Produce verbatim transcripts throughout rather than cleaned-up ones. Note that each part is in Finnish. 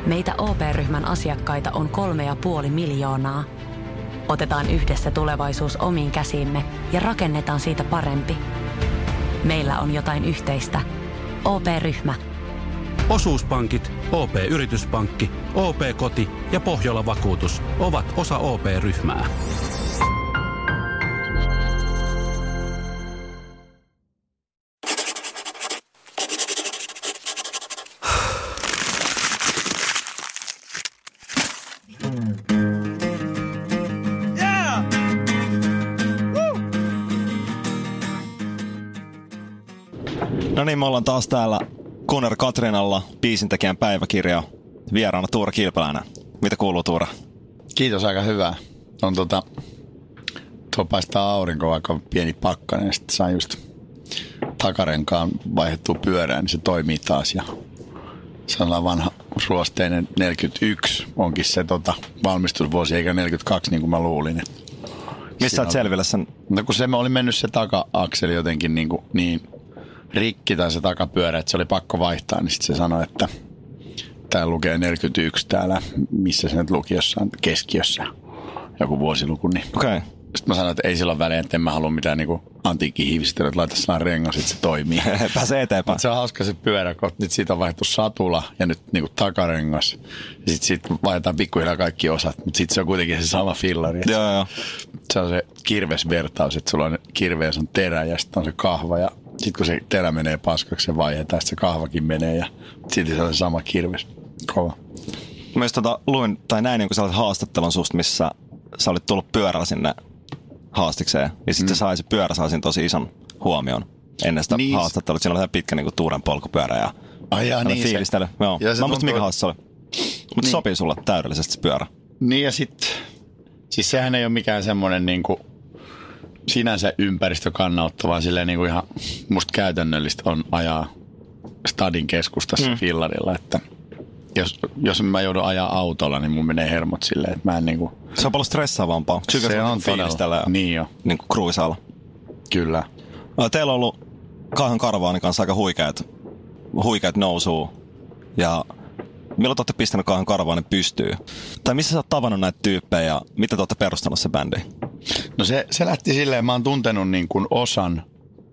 Meitä O P-ryhmän asiakkaita on kolme ja puoli miljoonaa. Otetaan yhdessä tulevaisuus omiin käsiimme ja rakennetaan siitä parempi. Meillä on jotain yhteistä. O P-ryhmä. Osuuspankit, O P-yrityspankki, O P-koti ja Pohjola-vakuutus ovat osa O P-ryhmää. No niin, me ollaan taas täällä Gunnar Katrinalla, biisintekijän päiväkirja, vieraana Tuura Kilpeläinen. Mitä kuuluu, Tuura? Kiitos, aika hyvää. On tota, tuo paistaa aurinko, vaikka pieni pakkanen, ja sitten saa just takarenkaan vaihdettua pyörään, niin se toimii taas. Ja sellainen vanha ruosteinen neljäkymmentäyksi onkin se tota, valmistusvuosi, eikä neljäkymmentäkaksi niin kuin mä luulin. Missä olet selvillä sen? No kun se oli mennyt se taka-akseli jotenkin niin, kuin, niin rikki tai se takapyörä, että se oli pakko vaihtaa, niin sitten se sanoi, että täällä lukee neljäkymmentäyksi täällä, missä se nyt luki jossain keskiössä, joku vuosiluku. Niin. Okay. Sitten mä sanoin, että ei sillä ole väliä, että en mä halua mitään niinku antiikkihiivistelyä, että laita sellainen rengas, että se toimii. Pääsee eteenpäin. Mutta se on hauska se pyörä, kun nyt siitä on vaihtu satula ja nyt niinku takarengas. Ja sitten sit vaihdetaan pikkuhiljaa kaikki osat, mutta sitten se on kuitenkin se sama fillari. Joo, joo. Se on se kirvesvertaus, että sulla on kirveessä on terä ja sitten on se kahva ja sitten kun se terä menee paskaksi, se vaihdetaan, sitten se kahvakin menee ja sitten se on se sama kirves. Kova. Myös tota, luin, tai näin niin kun sä olet haastattelun susta, missä sä olit tullut pyörällä sinne haastikseen. Ja sitten mm. sai se pyörä sai tosi ison huomion ennen sitä niin. haastattelua. Siinä oli pitkä niin kuin Tuuren polkupyörä ja Ai jaa, niin fiilistely. Se. Joo. Mä muistin, mikä haassa se oli. Mutta niin. sopii sulle täydellisesti se pyörä. Niin ja sitten, siis sehän ei ole mikään semmoinen niin kuin sinänsä ympäristökannauttava, vaan silleen niin kuin ihan musta käytännöllistä on ajaa stadin keskustassa mm. fillarilla, että Jos, jos mä joudun ajaa autolla, niin mun menee hermot silleen, että mä en niinku... Se on paljon stressaavampaa. Sykä se on todella. Niin jo. Niin kuin kruisailla. Kyllä. Teillä on ollut Kaihan Karavaanin kanssa aika huikeat, huikeat nousua. Ja milloin te olette pistänyt Kaihan Karavaanin pystyyn? Tai missä sä oot tavannut näitä tyyppejä ja miten te olette perustanut se bändi? No se, se lähti silleen, mä oon tuntenut niin kuin osan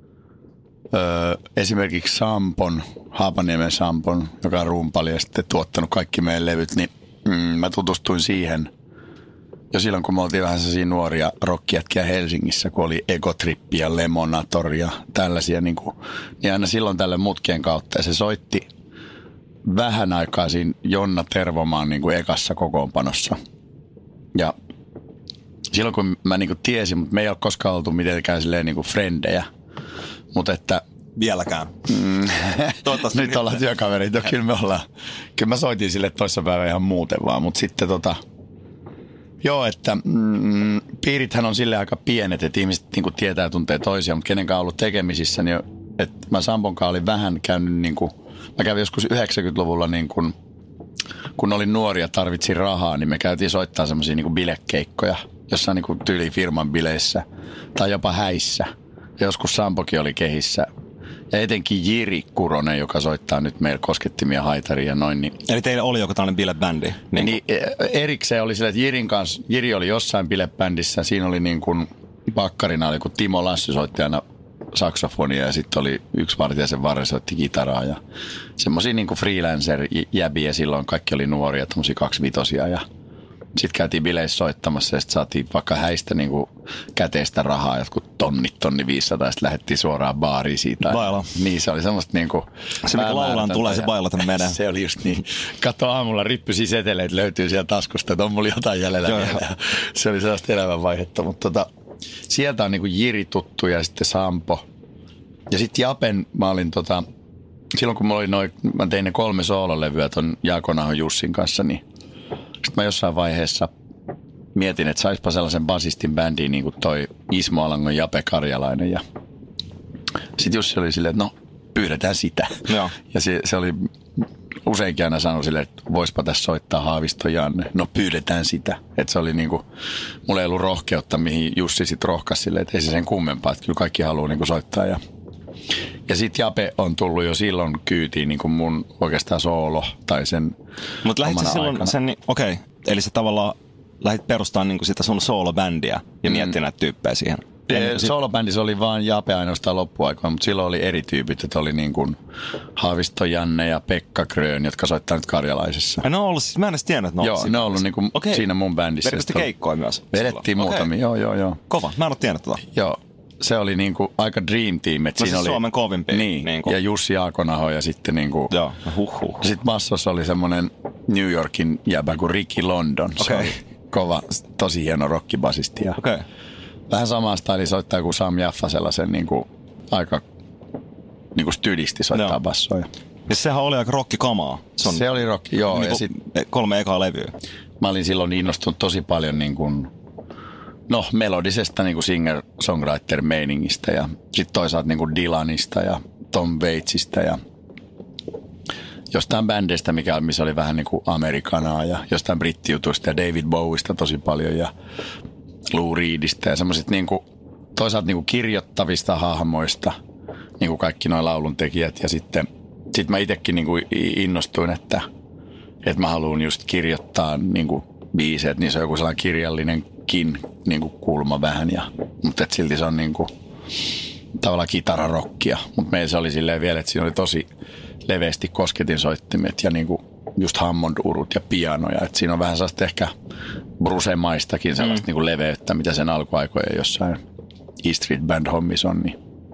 Öö, esimerkiksi Sampon, Haapaniemen Sampon, joka on rumpali ja sitten tuottanut kaikki meidän levyt, niin mm, mä tutustuin siihen jo silloin, kun me oltiin vähän sellaisia nuoria rockjätkiä Helsingissä, kun oli Egotrippi ja Lemonator ja tällaisia, niin, kuin, niin aina silloin tälle mutkien kautta. Ja se soitti vähän aikaa siinä Jonna Tervomaan niin kuin ekassa kokoonpanossa. Ja silloin, kun mä niin kuin tiesin, mutta me ei ole koskaan oltu mitenkään silleen niin kuin frendejä. Mutta että... Vieläkään. Mm, nyt ollaan työkavereita. Kyllä me ollaan. Kyllä mä soitin sille toissapäivän ihan muuten vaan. Mutta sitten tota... Joo, että mm, piirithän on silleen aika pienet, että ihmiset niinku tietää ja tuntee toisia. Mutta kenenkään on ollut tekemisissä, niin että mä Samponkaan olin vähän käynyt niinku... Mä kävin joskus yhdeksänkymmentäluvulla niin kun, kun olin nuori ja tarvitsin rahaa, niin me käytiin soittaa semmosia niinku bilekeikkoja. Jossain niinku tyyli firman bileissä. Tai jopa häissä. Joskus Sampokin oli kehissä. Ja etenkin Jiri Kuronen, joka soittaa nyt meillä Koskettimia Haitaria ja noin. Niin... Eli teillä oli joku tällainen bilebändi? Niin, niin erikseen oli sillä, että Jirin kanssa, Jiri oli jossain bilebändissä. Siinä oli niin kuin pakkarina, oli kun Timo Lassi soitti aina saksofonia ja sitten oli yksi vartijaisen varre soitti kitaraa. Ja semmosia niin kuin freelancer-jäbiä silloin, kaikki oli nuoria, tommosia kaksivitosia ja... Sitten käytiin bileissä soittamassa ja sitten saatiin vaikka häistä niinku käteistä rahaa, jotkut tonnit, tonni viisisataa, ja sitten lähdettiin suoraan baariin siitä. Baila. Niin, se oli semmoista niinku... Se mikä laulaan tulee, se bailata menee. Se oli just niin. Katso aamulla rippysiä seteleitä löytyy sieltä taskusta, että on mulla jotain jäljellä vielä. Se oli sellaista elämänvaihetta, mutta tota, sieltä on niinku Jiri tuttu ja sitten Sampo. Ja sitten Japen mä olin tota... Silloin kun mä, olin noin, mä tein ne kolme soololevyä ton Jaakonahon Jussin kanssa, niin sitten mä jossain vaiheessa mietin, että saispa sellaisen basistin bändiin niin kuin toi Ismo Alangon Jape Karjalainen. Ja sitten Jussi oli silleen, että no pyydetään sitä. Joo. Ja se, se oli useinkin aina sanonut silleen, että voispa tässä soittaa Haavisto Janne. No pyydetään sitä. Että se oli niin kuin, mulla ei ollut rohkeutta, mihin Jussi sitten rohkasi silleen, että ei se sen kummempaa. Että kyllä kaikki haluaa niin kuin soittaa. Ja Ja sit Jape on tullut jo silloin kyytiin niin kuin mun oikeastaan soolo tai sen Mutta lähdit sä silloin sen, okei, okay. Eli sä tavallaan lähdit perustamaan niin kuin sitä sun soolobändiä ja mm. miettii näitä tyyppejä siihen. Soolobändissä oli vaan Jape ainoastaan loppuaikoina, mutta silloin oli eri tyypit, että oli niin kuin Haavisto Janne ja Pekka Grön, jotka soittaa nyt Karjalaisessa. Ja ne on ollut, mä en edes tiennyt, että ne on Joo, ne on ollut niin kuin okay. Siinä mun bändissä. Vedettiin keikkoja myös? Vedettiin muutamia, okay. joo, joo, joo. Kova, mä en ole tiennyt tota. Joo, se oli niin kuin aika dream team. Että no siinä siis oli Suomen kovimpia. Niin, niin kuin. Ja Jussi Aakonaho ja sitten niin kuin. Joo, huh huh. Sitten bassossa oli semmoinen New Yorkin jäbä kuin Ricky London. Se okay. oli kova, tosi hieno rockibasisti. Ja okay. Vähän samaa staili soittaa kuin Sam Jaffa sellaisen niin kuin aika niin kuin stydisti soittaa no. bassoja. Ja sehän oli aika rockikamaa. Se, se oli rock, joo. Niin ja sit, kolme ekaa levyä. Mä olin silloin innostunut tosi paljon niin kuin, no, melodisesta niin kuin singer-songwriter-meiningistä ja sitten toisaalta niin kuin Dylanista ja Tom Waitsista ja jostain bändeistä, mikä, missä oli vähän niin kuin amerikanaa ja jostain brittijutuista ja David Bowista tosi paljon ja Lou Reedistä ja semmoiset niin kuin, toisaalta niin kuin kirjoittavista hahmoista, niin kuin kaikki nuo lauluntekijät. Ja sitten sit mä itsekin niin kuin innostuin, että, että mä haluan just kirjoittaa niin kuin biisejä, niin se on joku sellainen kirjallinenkin niin kuin kulma vähän. Ja, mutta et silti se on niin kuin, tavallaan kitararokkia. Mutta meillä se oli silleen vielä, että siinä oli tosi leveästi kosketinsoittimet ja niin kuin just Hammond-urut ja pianoja. Et siinä on vähän sellaista ehkä brusemaistakin sellaista mm. niin kuin leveyttä, mitä sen alkuaikojen jossain E Street Band-hommissa on. Niin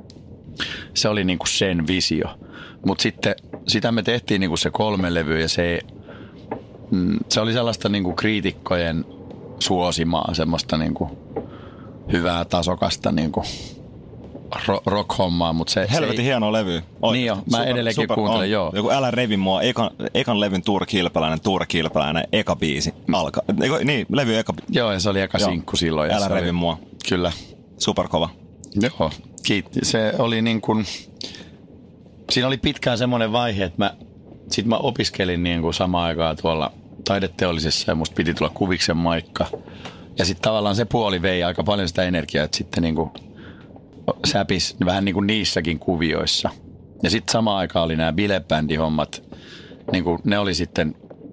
se oli niin kuin sen visio. Mutta sitten sitä me tehtiin niin kuin se kolme levyä ja se, mm, se oli sellaista niin kuin kriitikkojen suosimaa, semmoista niin kuin hyvää tasokasta niin kuin rock-hommaa, mutta se... Helvetin se ei... hienoa levyä. Niin jo, mä super, edelleenkin super, kuuntelen, on. Joo. Joku Älä revi mua, ekan, ekan levyn Tuura Kilpeläinen, Tuura Kilpeläinen, eka biisi, alka. Eiku, niin, levy eka biisi. Joo, ja se oli eka joo. sinkku silloin. Älä revi oli... mua. Kyllä. Superkova. Joo, kiitti. Se oli niin kuin... Siinä oli pitkään semmoinen vaihe, että mä... Sitten mä opiskelin niin kuin samaan aikaan tuolla taideteollisessa ja musta piti tulla Kuviksen Maikka. Ja sitten tavallaan se puoli vei aika paljon sitä energiaa, että sitten niin kuin... säpis vähän niin kuin niissäkin kuvioissa. Ja sitten samaan aikaan oli nämä bilebändihommat. Niin kuin ne oli sitten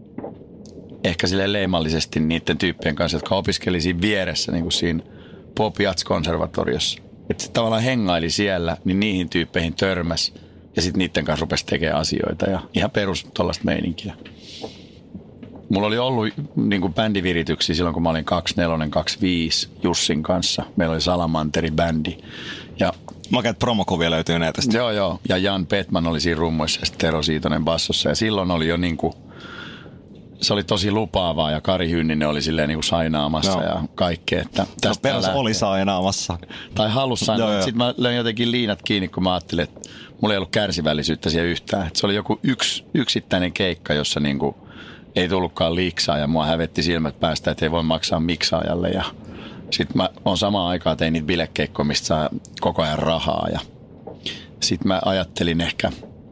ehkä silleen leimallisesti niiden tyyppien kanssa, jotka opiskeli siinä vieressä niin kuin siinä Pop Jazz-konservatoriossa. Että tavallaan hengaili siellä, niin niihin tyyppeihin törmäs. Ja sitten niiden kanssa rupesi tekemään asioita ja ihan perus tollaista meininkiä. Mulla oli ollut niin kuin bändivirityksiä silloin, kun mä olin kaksikymmentäneljä kaksikymmentäviisi Jussin kanssa. Meillä oli Salamanteri-bändi. Ja makeat promokuvia löytyy netistä. Joo, joo. Ja Jan Petman oli siinä rummoissa ja sitten Tero Siitonen bassossa. Ja silloin oli jo niin kuin, se oli tosi lupaavaa ja Kari Hynninen oli silleen niin kuin sainaamassa no. ja kaikkea. Että tästä no, oli sainaamassa. Tai halusi sainaa. Sitten mä löin jotenkin liinat kiinni, kun mä ajattelin, että mulla ei ollut kärsivällisyyttä siellä yhtään. Että se oli joku yks, yksittäinen keikka, jossa niin kuin ei tullutkaan liiksaa ja mua hävetti silmät päästä, että ei voi maksaa miksaajalle. Ja sitten mä on samaan aikaan tein niitä bilekeikkoja, mistä saa koko ajan rahaa. Ja sitten mä ajattelin ehkä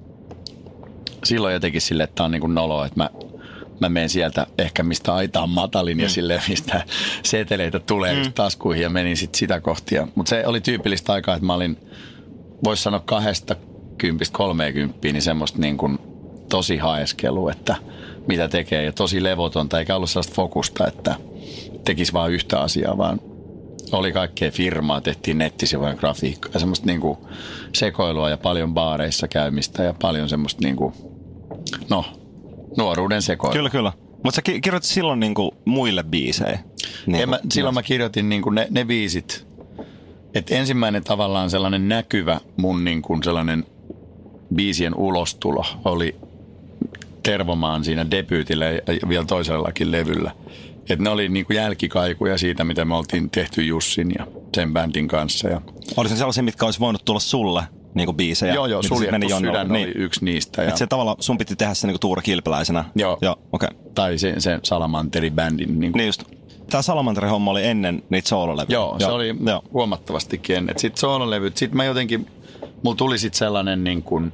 silloin jotenkin silleen, että tää on niin kuin noloa, että mä, mä menen sieltä ehkä mistä aita on matalin mm. ja silleen mistä seteleitä tulee mm. just taskuihin ja menin sitten sitä kohtia. Mutta se oli tyypillistä aikaa, että mä olin, vois sanoa kahdesta kympistä kolmeekymppiä, niin semmoista niin kuin tosi haeskelua, että mitä tekee ja tosi levotonta, eikä ollut sellaista fokusta, että tekisi vaan yhtä asiaa, vaan oli kaikkea firmaa, tehtiin nettisivuja, grafiikkaa ja semmoista niinku sekoilua ja paljon baareissa käymistä ja paljon semmoista niinku, no, nuoruuden sekoilua. Kyllä, kyllä. Mutta sä kirjoitit silloin niinku muille biisejä. Niin mä, silloin mä kirjoitin niinku ne, ne biisit, että ensimmäinen tavallaan sellainen näkyvä mun niinku sellainen biisien ulostulo oli Tervomaan siinä debyytillä ja vielä toisellakin levyllä. Että ne oli niinku jälkikaikuja siitä, mitä me oltiin tehty Jussin ja sen bändin kanssa. Ja oli se sellaisia, mitkä olisi voinut tulla sulle niinku biisejä? Joo, joo, Suljettu sydän oli niin. yksi niistä. Ja että se tavallaan sun piti tehdä se niinku Tuura Kilpeläisenä? Joo, joo okay. Tai sen, sen Salamanteri-bändin. Niinku. Niin just. Tämä Salamanteri-homma oli ennen niitä soololevyjä? Joo, joo, se oli joo. huomattavastikin ennen. Sitten soololevyt, sitten mä jotenkin, mulla tuli sitten sellainen niin kuin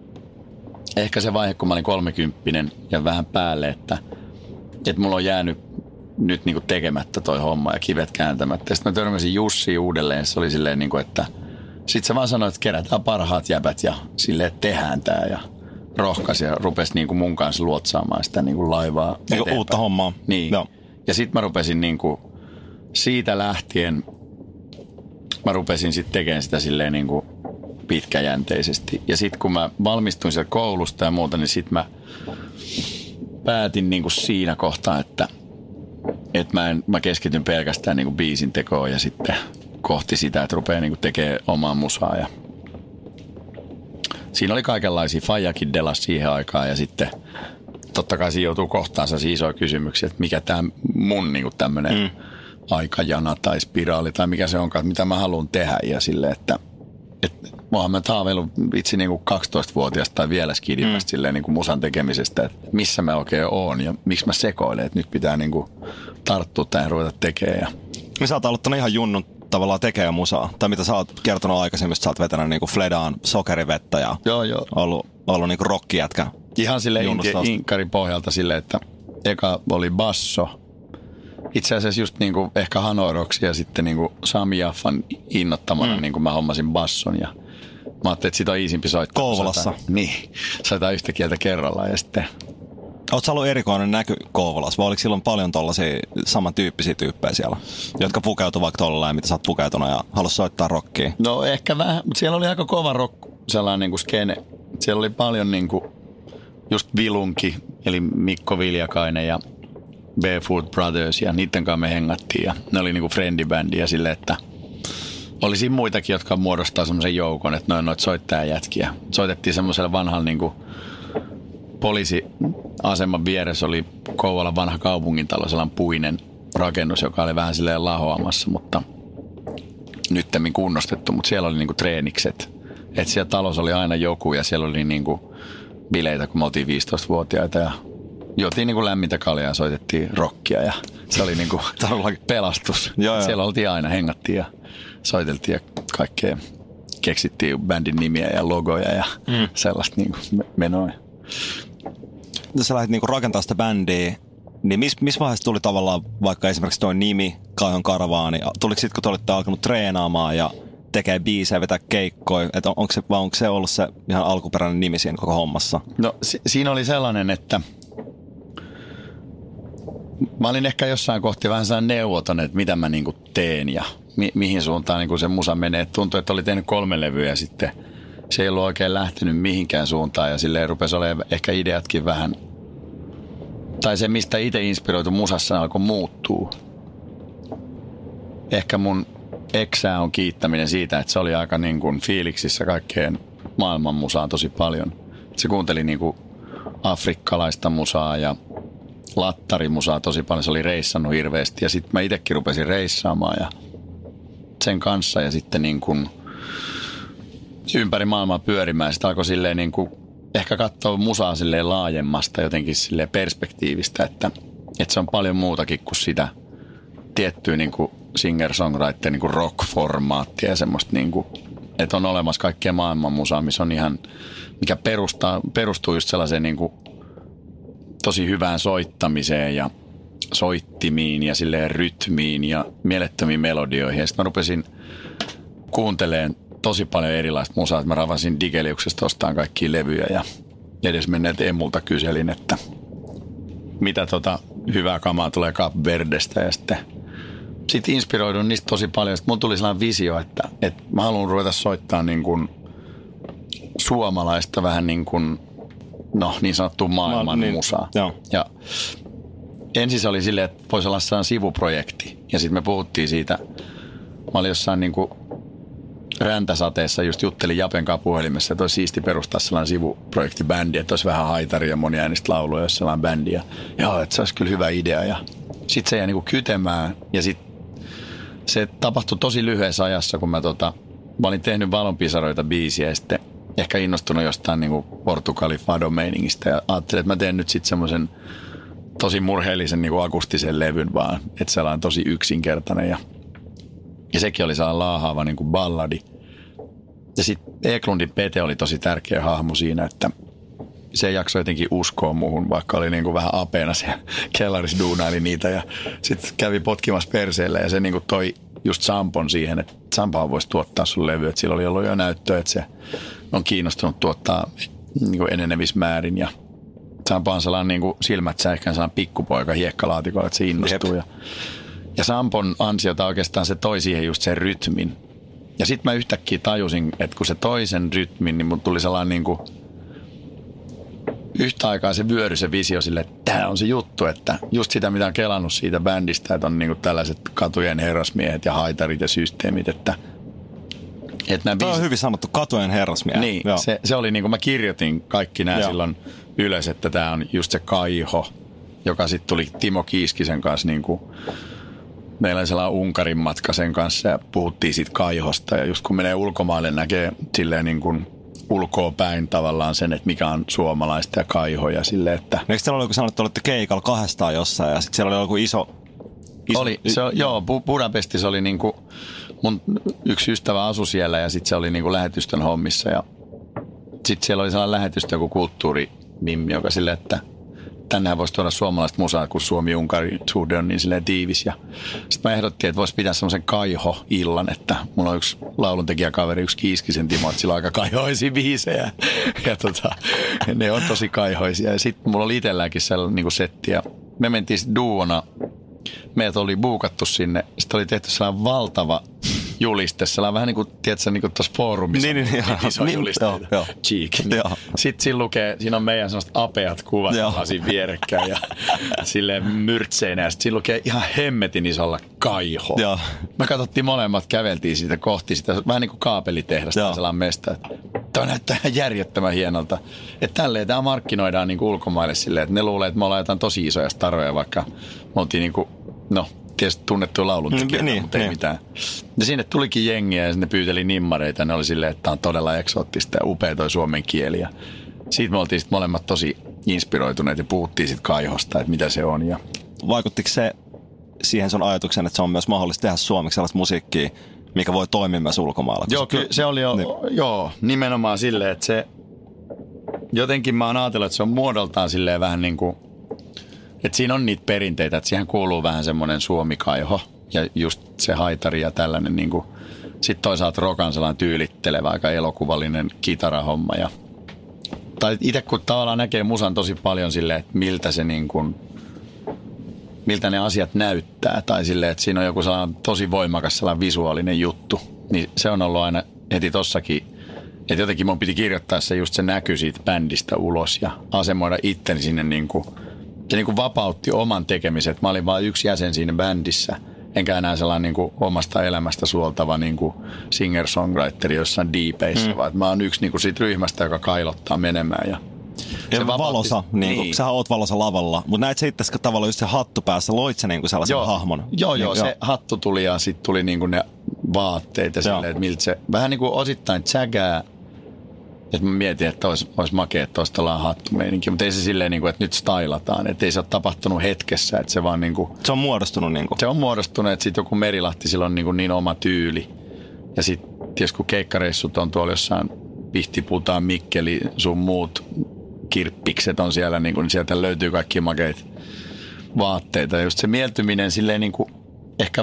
ehkä se vaihe, kun mä olin kolmekymppinen ja vähän päälle, että, että mulla on jäänyt nyt niin kuin tekemättä toi homma ja kivet kääntämättä. Sitten mä törmäsin Jussiin uudelleen. Se oli silleen, niin kuin, että Sitten se vaan sanoi, että kerätään parhaat jäbät ja silleen tehdään tää ja rohkaisi ja rupesi niin kuin mun kanssa luotsaamaan sitä niin kuin laivaa eteenpäin. Niin uutta hommaa. Niin. Joo. Ja sitten mä rupesin niin kuin siitä lähtien, mä rupesin sitten tekemään sitä silleen niin kuin pitkäjänteisesti. Ja sitten kun mä valmistuin sieltä koulusta ja muuta, niin sitten mä päätin niin kuin siinä kohtaa, että, että mä, en, mä keskityn pelkästään niin kuin biisin tekoon ja sitten kohti sitä, että rupeaa niin kuin tekemään omaa musaa. Ja siinä oli kaikenlaisia, Fajakin delas siihen aikaan ja sitten totta kai siinä joutuu kohtaansa isoja kysymyksiä, että mikä tämä mun niin kuin tämmöinen mm. aikajana tai spiraali tai mikä se onkaan, mitä mä haluan tehdä ja silleen, että että mä oon haaveillut itse niin kuin kaksitoistavuotiaasta tai vielä skidimästä mm. silleen niin kuin musan tekemisestä, että missä mä oikein oon ja miksi mä sekoilen, että nyt pitää niin kuin tarttua tähän ja ruveta tekemään. Ja niin sä oot aloittanut ihan junnun tavallaan tekemään musaa, tai mitä sä oot kertonut aikaisemmin, että sä oot vetänyt niin kuin Fledaan sokerivettä ja joo, joo. ollut, ollut niin kuin rockijätkä. Ihan silleen inkarin pohjalta silleen, että eka oli basso. Itse asiassa just niin kuin ehkä Hanoi Rocks ja sitten niin kuin Sami Jaffan innoittamana mm. niin kuin mä hommasin basson ja mä ajattelin, että siitä on iisimpi soittaa. Kouvolassa. Soitaan, niin, soitaan yhtä kieltä kerrallaan ja sitten. Oletko sä ollut erikoinen näky Kouvolassa vai oliko silloin paljon tollaisia samantyyppisiä tyyppejä siellä, jotka pukeutuivat vaikka tolleen, mitä sä oot pukeutunut ja halusi soittaa rockia? No ehkä vähän, mutta siellä oli aika kova rock sellainen niin kuin skene. Siellä oli paljon niin kuin just Vilunki, eli Mikko Viljakainen ja Barefoot Brothers ja niiden kanssa me hengattiin ja ne oli niinku friendibändiä silleen, että oli siinä muitakin, jotka muodostaa semmoisen joukon, että noin noita soittajajätkiä. Soitettiin semmoisella vanhalla niinku poliisiaseman vieressä oli Kouvolan vanha kaupungintalo, sellainen puinen rakennus, joka oli vähän silleen lahoamassa, mutta nyttemmin kunnostettu, mutta siellä oli niinku treenikset. Että siellä talossa oli aina joku ja siellä oli niinku bileitä, kun me oltiin viisitoistavuotiaita ja juotiin niin kuin lämmintä kaljaa ja soitettiin rockia ja se oli niin kuin pelastus. Joo, siellä oltiin aina, hengattiin ja soiteltiin ja kaikkea. Keksittiin bändin nimiä ja logoja ja mm. sellaista niin kuin menoja. Sä lähdit niin kuin rakentamaan sitä bändiä, niin missä mis vaiheessa tuli tavallaan vaikka esimerkiksi tuo nimi, Kaijon Karavaani? Tuliko sitten, kun te olitte alkanut treenaamaan ja tekee biisejä, vetää keikkoja, että onko se, vai onko se ollut se ihan alkuperäinen nimi siinä koko hommassa? No si- siinä oli sellainen, että mä olin ehkä jossain kohti vähän sellainen neuvoton, että mitä mä niinku teen ja mi- mihin suuntaan niinku se musa menee. Tuntui, että oli tehnyt kolme levyä ja sitten se ei ollut oikein lähtenyt mihinkään suuntaan ja silleen rupesi olemaan ehkä ideatkin vähän, tai se mistä itse inspiroitu musassa alkoi muuttuu. Ehkä mun eksää on kiittäminen siitä, että se oli aika niin kuin fiiliksissä kaikkeen maailman musaa tosi paljon. Se kuunteli niin kuin afrikkalaista musaa ja lattarimusaa tosi paljon. Se oli reissannut hirveästi ja sitten mä itsekin rupesin reissaamaan ja sen kanssa ja sitten niin kuin ympäri maailmaa pyörimään. Sitten alkoi silleen niin kuin ehkä katsoa musaa silleen laajemmasta jotenkin silleen perspektiivistä, että, että se on paljon muutakin kuin sitä tiettyä niin kuin singer-songwriter niin kuin rock-formaattia ja semmoista niin kuin, että on olemassa kaikkea maailman musaa, missä on ihan, mikä perustaa, perustuu just sellaiseen niin kuin tosi hyvään soittamiseen ja soittimiin ja silleen rytmiin ja mielettömiin melodioihin. Ja sitten mä rupesin kuuntelemaan tosi paljon erilaista musaa, että mä ravasin Digeliuksesta ostamaan kaikkia levyjä ja edesmenneet Emulta kyselin, että mitä tota hyvää kamaa tulee Cape Verdestä ja sitten Sitten inspiroidun niistä tosi paljon. Sitten mun tuli sellainen visio, että, että mä haluan ruveta soittaa niin kuin suomalaista vähän niin kuin, no niin sanottua maailman niin, musaa. Joo. Ja ensin se oli silleen, että voisi olla sellainen sivuprojekti. Ja sitten me puhuttiin siitä, mä olin jossain niin kuin räntäsateessa, just juttelin Japen kanssa puhelimessa, että olisi siisti perustaa sellainen sivuprojektibändi, että olisi vähän haitaria ja moniäänistä laulua, jos sellainen bändi. Ja joo, että se olisi kyllä hyvä idea. Ja sitten se jäi niin kuin kytemään ja sitten se tapahtui tosi lyhyessä ajassa, kun mä, tota, mä olin tehnyt Valonpisaroita biisiä ja sitten ehkä innostunut jostain niin kuin Portugalin fado-meiningistä ja ajattelin, että mä teen nyt sitten semmoisen tosi murheellisen niin kuin akustisen levyn vaan, että se on tosi yksinkertainen ja, ja sekin oli sellainen laahaava niin kuin balladi. Ja sitten Eklundin Pete oli tosi tärkeä hahmo siinä, että se jaksoi jotenkin uskoa muuhun, vaikka oli niin kuin vähän apeena siellä kellarissa duunaili niitä ja sitten kävi potkimassa perseelle ja se niin kuin toi just Sampon siihen, että Sampohan voisi tuottaa sun levy. Että sillä oli ollut jo näyttöä, että se on kiinnostunut tuottaa niin kuin enenevissä määrin. Ja Sampo on sellainen niin kuin silmät säihkään sellainen pikkupoika hiekkalaatikolla, että se innostuu. Ja, ja Sampon ansiota oikeastaan se toi siihen just sen rytmin. Ja sitten mä yhtäkkiä tajusin, että kun se toi sen rytmin, niin mun tuli sellainen niin kuin yhtä aikaa se vyöry se visio sille, että tämä on se juttu, että just sitä, mitä on kelannut siitä bändistä, että on niin kuin tällaiset katujen herrasmiehet ja haitarit ja systeemit, että että Tämä on hyvin sanottu, katujen herrasmiehet. Niin, se, se oli niin kuin mä kirjoitin kaikki nämä Joo. silloin ylös, että tämä on just se Kaiho, joka sitten tuli Timo Kiiskisen kanssa niin kuin meillä oli sellainen Unkarin matka sen kanssa ja puhuttiin siitä Kaihosta ja just kun menee ulkomaille näkee silleen niin kuin ulkoa päin tavallaan sen, että mikä on suomalaista ja Kaihoja silleen, että... Eikö teillä oli joku sanottu, että olitte keikalla kahdestaan jossain ja sitten siellä oli joku iso... iso oli, se, joo, Budapestissa oli niin kuin mun yksi ystävä asui siellä ja sitten se oli niin kuin lähetystön hommissa ja sitten siellä oli sellainen lähetystö joku kulttuurimimmi, joka silleen, että tännehän voisi tuoda suomalaista musaa, kun Suomi-Unkari suhde on niin silleen tiivis. Ja sitten mä ehdottiin, että voisi pitää semmoisen Kaiho-illan, että mulla on yksi lauluntekijäkaveri, yksi Kiiskisen Timo, että sillä on aika kaihoisia biisejä. Ja tota, ne on tosi kaihoisia. Ja sitten mulla oli itselläänkin sellainen niin kuin setti. Ja me mentiin sitten duona. Meitä oli buukattu sinne. Sitten oli tehty sellainen valtava juliste. Sellainen vähän niin kuin, tiedätkö, niin kuin tuossa foorumissa. Niin, niin, iso niin, julisteita. Joo, Cheek. Joo. Sitten siinä lukee, siinä on meidän sellaiset apeat kuvat siinä vierekkäin ja silleen myrtseinä. Ja sitten siinä lukee ihan hemmetin isolla Kaiho. Joo. Me katsottiin molemmat, käveltiin siitä kohti sitä, vähän niin kuin kaapelitehdasta ja sellainen mesta. Tämä näyttää ihan järjettömän hienolta. Että tälleen tämä markkinoidaan niin kuin ulkomaille silleen, että ne luulee, että me ollaan jotain tosi isoja staroja, vaikka me oltiin niin kuin, no... tietysti tunnettuja lauluntekijöitä, niin, mutta ei niin. mitään. Ja sinne tulikin jengiä ja sinne pyyteli nimmareita. Ne oli silleen, että tämä on todella eksoottista ja upea toi suomen kieli. Ja siitä me oltiin sit molemmat tosi inspiroituneet ja puhuttiin sitten Kaihosta, että mitä se on. Ja vaikuttiko se siihen sun ajatuksen, että se on myös mahdollista tehdä suomeksi sellaista musiikkia, mikä voi toimia myös ulkomailla? Joo, kyllä se oli jo, niin. joo, nimenomaan silleen, että se jotenkin mä oon ajatellut, että se on muodoltaan silleen vähän niin kuin että siinä on niitä perinteitä, että siihen kuuluu vähän semmoinen Suomi-Kaiho ja just se haitari ja tällainen niin kuin, sitten toisaalta rokan sellainen tyylittelevä, aika elokuvallinen kitarahomma ja tai itse kun tavallaan näkee musan tosi paljon silleen, että miltä se niin kuin, miltä ne asiat näyttää tai silleen, että siinä on joku sellainen tosi voimakas sellainen visuaalinen juttu, niin se on ollut aina heti tossakin, että jotenkin mun piti kirjoittaa se just se näky siitä bändistä ulos ja asemoida itteni sinne niin kuin se niin kuin vapautti oman tekemisen, että mä olin vain yksi jäsen siinä bändissä, enkä enää sellainen niin kuin omasta elämästä suoltava niin kuin singer-songwriteri jossain deepeissä, mm. vaan että mä oon yksi niin kuin siitä ryhmästä, joka kailottaa menemään. Ja, ja se valosa, niin kuin, niin. Sähän oot valosa lavalla, mutta näit se itse tavallaan just se hattu päässä, loit se niin kuin sellaisen joo, hahmon. Joo, niin, joo, se joo. hattu tuli ja sitten tuli niin kuin ne vaatteet ja silleen, että miltä se vähän niin kuin osittain tsägää. Että mä mietin, että olisi, olisi makea, että olisi tällainen hattumeininki, mutta ei se silleen, niin kuin, että nyt stylataan. Että ei se ole tapahtunut hetkessä, että se vaan niin kuin... Se on muodostunut niin kuin... Se on muodostunut, että sitten joku Merilahti, sillä on niin, niin oma tyyli. Ja sitten tietysti kun keikkareissut on tuolla jossain Pihtiputaan, Mikkeli, sun muut kirppikset on siellä, niin, kuin, niin sieltä löytyy kaikki makeita vaatteita. Ja just se mieltyminen silleen niin kuin ehkä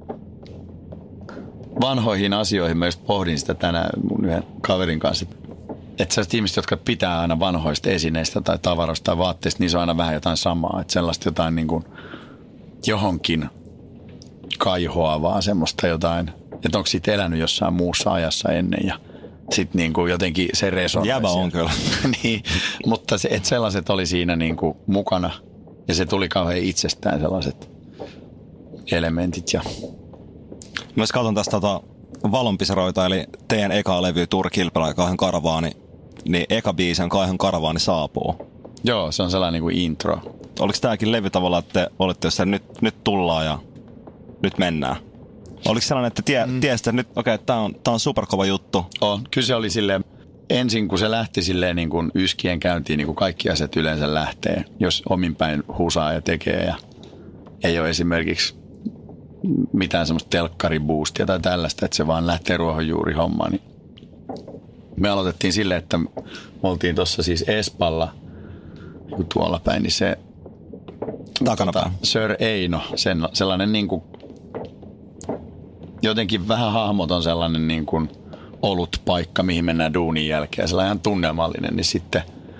vanhoihin asioihin, mä just pohdin sitä tänään mun yhden kaverin kanssa, että sellaiset ihmiset, jotka pitää aina vanhoista esineistä tai tavaroista tai vaatteista, niin se on aina vähän jotain samaa. Että sellaista jotain niin kuin johonkin kaihoavaa, semmoista jotain, että onko siitä elänyt jossain muussa ajassa ennen ja sitten niin kuin jotenkin se resonoi. Jäbä on kyllä. Niin, mutta se, että sellaiset oli siinä niin kuin mukana ja se tuli kauhean itsestään sellaiset elementit. Ja... Myös katson tästä tota Valonpisaroita, eli teidän eka levy Tuuri Kilpelä ja Kaihon karavaani, niin eka biisi on Kaihon karavaani saapuu. Joo, se on sellainen niin kuin intro. Oliko tämäkin levy tavallaan, että te olitte jossain, nyt, nyt tullaan ja nyt mennään? Oliko sellainen, että tie, mm. tiesitte, että nyt okei, okay, tämä on, tää on superkova juttu? Oh, kyllä se oli silleen, ensin kun se lähti silleen niin kuin yskien käyntiin, niin kuin kaikki asiat yleensä lähtee, jos omin päin husaa ja tekee ja ei ole esimerkiksi mitään semmoista telkkariboostia tai tällaista, että se vaan lähtee ruohonjuurihommaan. Niin me aloitettiin silleen, että me oltiin tuossa siis Espalla, tuolla päin, niin se takanapäin. Tota, Sir Eino, sen, sellainen niin kuin jotenkin vähän hahmoton sellainen niin kuin olut paikka, mihin mennään duunin jälkeen. Sellainen ihan tunnelmallinen, niin sitten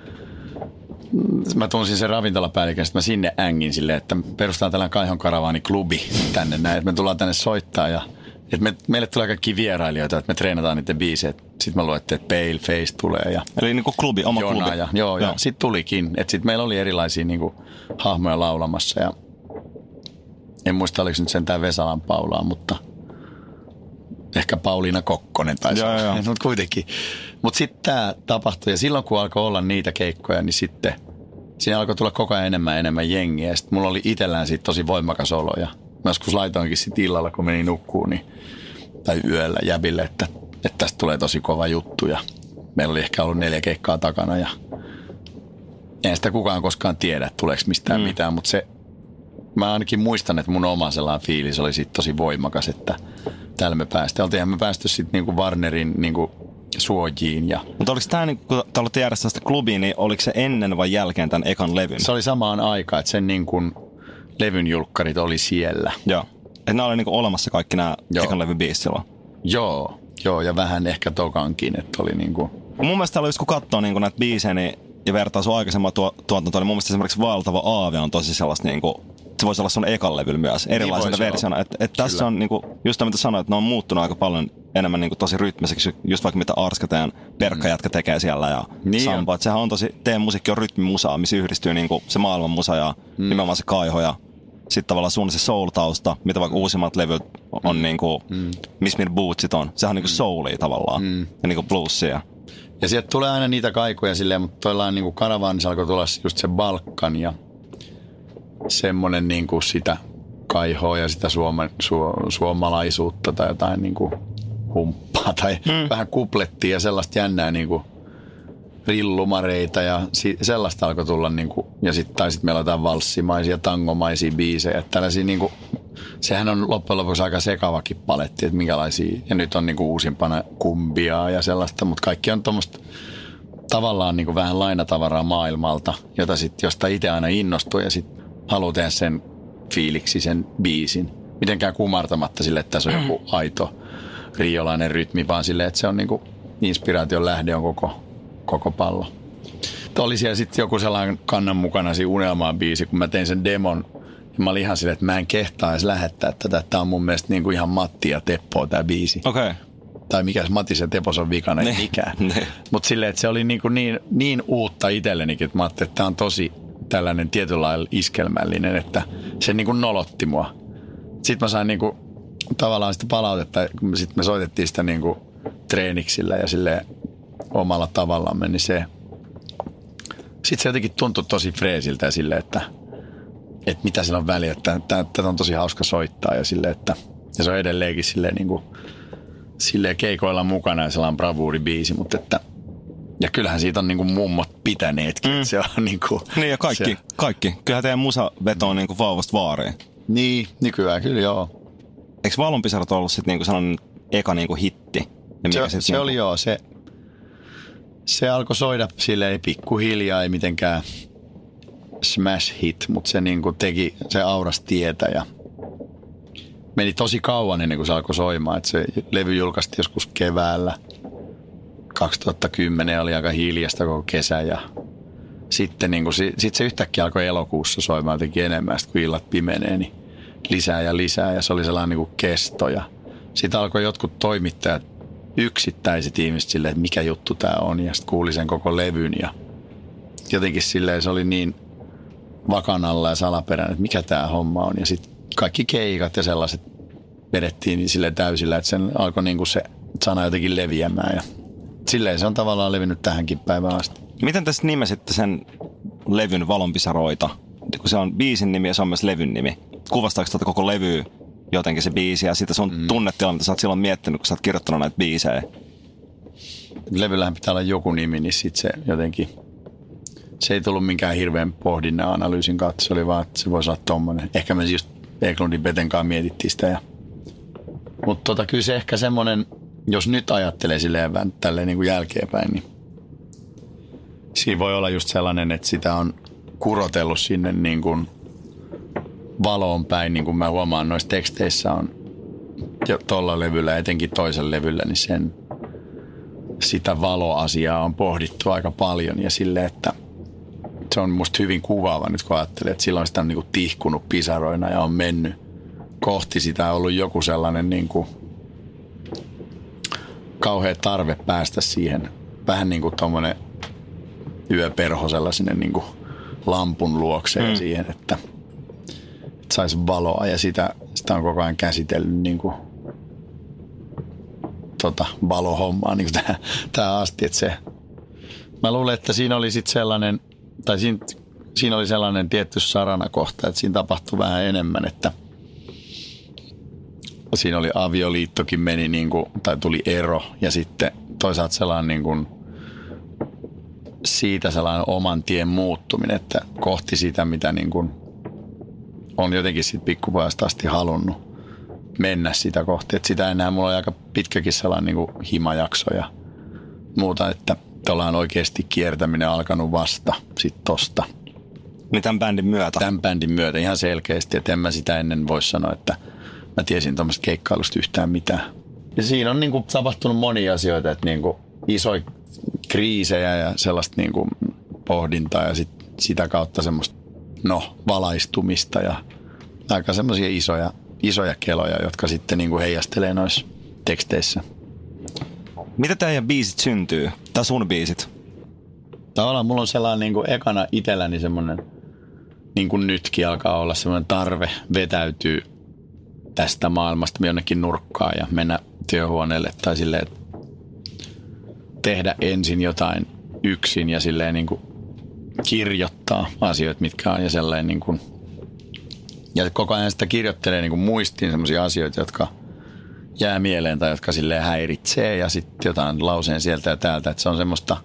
mä tunsin sen ravintolapäällikön, että mä sinne ängin silleen, että perustaan tällainen Kaihon Karavaani-klubi tänne näin, että me tullaan tänne soittaa ja että me, meille tulee kaikki vierailijoita, että me treenataan niiden biisejä. Sitten mä luettiin, että Pale Face tulee. Ja eli niin kuin klubi, oma Jona klubi. Ja, joo, joo. Ja sitten tulikin. Että sitten meillä oli erilaisia niin kuin hahmoja laulamassa ja en muista, oliko nyt sentään Vesalan Paulaa, mutta ehkä Pauliina Kokkonen taisi olla. Mutta kuitenkin. Mutta sitten tämä tapahtui ja silloin kun alkoi olla niitä keikkoja, niin sitten siinä alkoi tulla koko ajan enemmän ja enemmän jengiä. Ja sitten mulla oli itsellään siitä tosi voimakas olo ja mä joskus laitoinkin sitten illalla, kun menin nukkuun, niin, tai yöllä jäbille, että, että tästä tulee tosi kova juttu. Ja meillä oli ehkä ollut neljä keikkaa takana ja en sitä kukaan koskaan tiedä, että tuleeko mistään mm. mitään, mutta se, mä ainakin muistan, että mun oma sellainen fiilis oli siitä tosi voimakas, että täällä me päästiin. Oltiinhan me päästy sitten niinku Warnerin niinku suojiin. Ja mutta oliko tämä, niin, kun te olette järjestää sitä klubiin, niin oliko se ennen vai jälkeen tämän ekan levyn? Se oli samaan aikaan, että sen niin kuin levyn julkkarit oli siellä. Joo. Että nämä oli niin kuin olemassa kaikki nämä joo. ekan levyn biisit silloin. Joo. Joo, ja vähän ehkä tokankin, että oli niin kuin mun mielestä täällä just kun katsoo niin kuin näitä biisejä niin, ja vertaa sun aikaisemman tuo, tuotantoon, niin mun mielestä esimerkiksi Vaeltava Aave on tosi sellaista niin kuin, se voisi olla sun ekan levyllä myös, erilaisena niin versiona. Että et tässä on niin kuin, just tämä mitä sanoit, että ne on muuttunut aika paljon enemmän niin kuin tosi rytmiseksi, just vaikka mitä Arskateen Perkkajätkä tekee siellä ja niin Sampo. Että sehän on tosi, teidän musiikki on rytmimusaa, missä yhdistyy niin kuin se maailman musa ja mm. nimenomaan se Kaiho ja sitten tavallaan sun se soul-tausta, mitä vaikka uusimmat levyt on mm. niin kuin, mm. Miss Me Bootsit on. Sehän on niin kuin soulia tavallaan mm. ja niin kuin bluesia. Ja sieltä tulee aina niitä kaikuja silleen, mutta toillain niin kuin Karavaanissa alkoi tulla just se Balkan ja semmoinen niin kuin sitä Kaihoa ja sitä suoma, su, suomalaisuutta tai jotain niin kuin humppaa tai mm. vähän kuplettia ja sellaista jännää niin kuin rillumareita ja si, sellaista alkoi tulla niin kuin, ja sitten tai sitten meillä on jotain valssimaisia, tangomaisia biisejä, tällaisia niin kuin, sehän on loppujen lopuksi aika sekavakin paletti, että minkälaisia, ja nyt on niin kuin uusimpana kumbiaa ja sellaista, mutta kaikki on tuommoista tavallaan niin kuin vähän lainatavaraa maailmalta, jota sitten, josta itse aina innostuu ja sitten haluaa tehdä sen fiiliksi, sen biisin. Mitenkään kumartamatta sille, että tässä on joku aito riolainen rytmi, vaan silleen, että se on niin kuin inspiraation lähde on koko, koko pallo. Oli siellä sitten joku sellainen kannan mukana siinä Unelmaan biisi, kun mä tein sen demon. Ja mä olin ihan silleen, että mä en kehtaa edes lähettää tätä. Tää on mun mielestä niin kuin ihan Matti ja Teppoa tää biisi. Okei. Okay. Tai mikä Matti ja Tepos on vikana, ei mikään. Mutta silleen, että se oli niin, kuin niin, niin uutta itsellenikin, että mä ajattelin, että tää on tosi tällainen tietynlailla iskelmällinen, että se niin kuin nolotti mua. Sitten mä sain niin kuin, tavallaan sitä palautetta, kun sitten me soitettiin sitä niin kuin treeniksillä ja silleen omalla tavallamme, niin se sitten se jotenkin tuntui tosi freesiltä ja silleen, että että mitä sillä on väliä, että tätä on tosi hauska soittaa ja silleen, että ja se on edelleenkin silleen niin kuin silleen keikoilla mukana ja sellainen bravuuribiisi, mutta että ja kyllähän siitä on niin kuin mummot pitäneetkin. Mm. Se on niin kuin niin ja kaikki, se, kaikki. Kyllähän teidän musaveto on niin kuin vauvasta vaariin. Niin, nykyään kyllä joo. Eikö Valonpisarat ollut sitten niin kuin sellainen eka niin kuin hitti? Ja mikä se se niin oli kuin joo, se se alkoi soida silleen pikkuhiljaa, ei mitenkään smash hit, mutta se niin kuin teki, se aurasi tietä ja meni tosi kauan ennen kuin se alkoi soimaan. Että se levy julkaistiin joskus keväällä kaksituhattakymmenen, oli aika hiljasta koko kesä ja sitten niin kuin, sit se yhtäkkiä alkoi elokuussa soimaan jotenkin enemmän, kun illat pimenee, niin lisää ja lisää ja se oli sellainen niin kuin kesto ja sitten alkoi jotkut toimittajat, yksittäiset ihmiset silleen, että mikä juttu tämä on ja sitten kuuli sen koko levyn ja jotenkin silleen se oli niin vakanalla ja salaperäinen, että mikä tämä homma on. Ja sitten kaikki keikat ja sellaiset vedettiin niin silleen täysillä, että sen alkoi niin kuin se sana jotenkin leviämään. Ja silleen se on tavallaan levinnyt tähänkin päivään asti. Miten tässä nimesitte sen levyn Valonpisaroita? Kun se on biisin nimi ja se on myös levyn nimi. Kuvastaako tätä koko levyä jotenkin se biisi ja sitä sun mm. tunnetila, mitä sä oot silloin miettinyt, kun sä oot kirjoittanut näitä biisejä? Levyllähän pitää olla joku nimi, niin sitten se jotenkin se ei tullut minkään hirveän pohdinnan analyysin kautta. Se oli vaan, että se voisi olla tommoinen. Ehkä me just Eklundin Beten kanssa mietittiin sitä. Ja mutta tota, kyllä se ehkä semmoinen, jos nyt ajattelee silleen vähän tälleen niin kuin jälkeenpäin, niin siinä voi olla just sellainen, että sitä on kurotellut sinne niin kuin valoon päin, niin kuin mä huomaan noissa teksteissä on jo tuolla levyllä, etenkin toisella levyllä, niin sen, sitä valoasiaa on pohdittu aika paljon ja silleen, että se on musta hyvin kuvaava nyt, kun ajattelee, että silloin sitä on niin kuin tihkunut pisaroina ja on mennyt kohti sitä, on ollut joku sellainen niin kuin kauhea tarve päästä siihen, vähän niin kuin tommoinen yöperhosella sinne niin kuin lampun luokseen mm. siihen, että, että saisi valoa ja sitä, sitä on koko ajan käsitellyt niin kuin tota, valohommaa niin kuin tähän, tähän asti, että se, mä luulen, että siinä oli sitten sellainen, tai siinä, siinä oli sellainen tietty saranakohta, että siinä tapahtui vähän enemmän, että siinä oli avioliittokin meni niin kuin, tai tuli ero ja sitten toisaalta sellainen niin kuin, siitä sellainen oman tien muuttuminen, että kohti sitä, mitä niin kuin on jotenkin siitä pikkupojasta asti halunnut mennä sitä kohti. Että sitä enää mulla on aika pitkäkin sellainen niin kuin himajakso ja muuta, että ollaan oikeasti kiertäminen alkanut vasta sit tosta. Niin tämän bändin myötä? Tämän bändin myötä ihan selkeästi, että en mä sitä ennen voi sanoa, että mä tiesin tuommoista keikkailusta yhtään mitään. Ja siinä on niin kuin tapahtunut monia asioita, että niin kuin isoja kriisejä ja sellaista niin kuin pohdintaa ja sit sitä kautta semmoista no, valaistumista ja aika semmoisia isoja, isoja keloja, jotka sitten niin kuin heijastelee noissa teksteissä. Mitä teidän biisit syntyy? Tai sun biisit? Tavallaan mulla on sellainen niin kuin ekana itselläni semmoinen, niin kuin nytkin alkaa olla semmoinen tarve vetäytyy tästä maailmasta jonnekin nurkkaan ja mennä työhuoneelle tai silleen, tehdä ensin jotain yksin ja silleen niin kuin kirjoittaa asioita, mitkä on ja sellainen niin kuin, ja koko ajan sitä kirjoittelee niin kuin muistiin semmoisia asioita, jotka jää mieleen tai jotka silleen häiritsee ja sitten jotain lauseen sieltä ja täältä, että se on semmoista,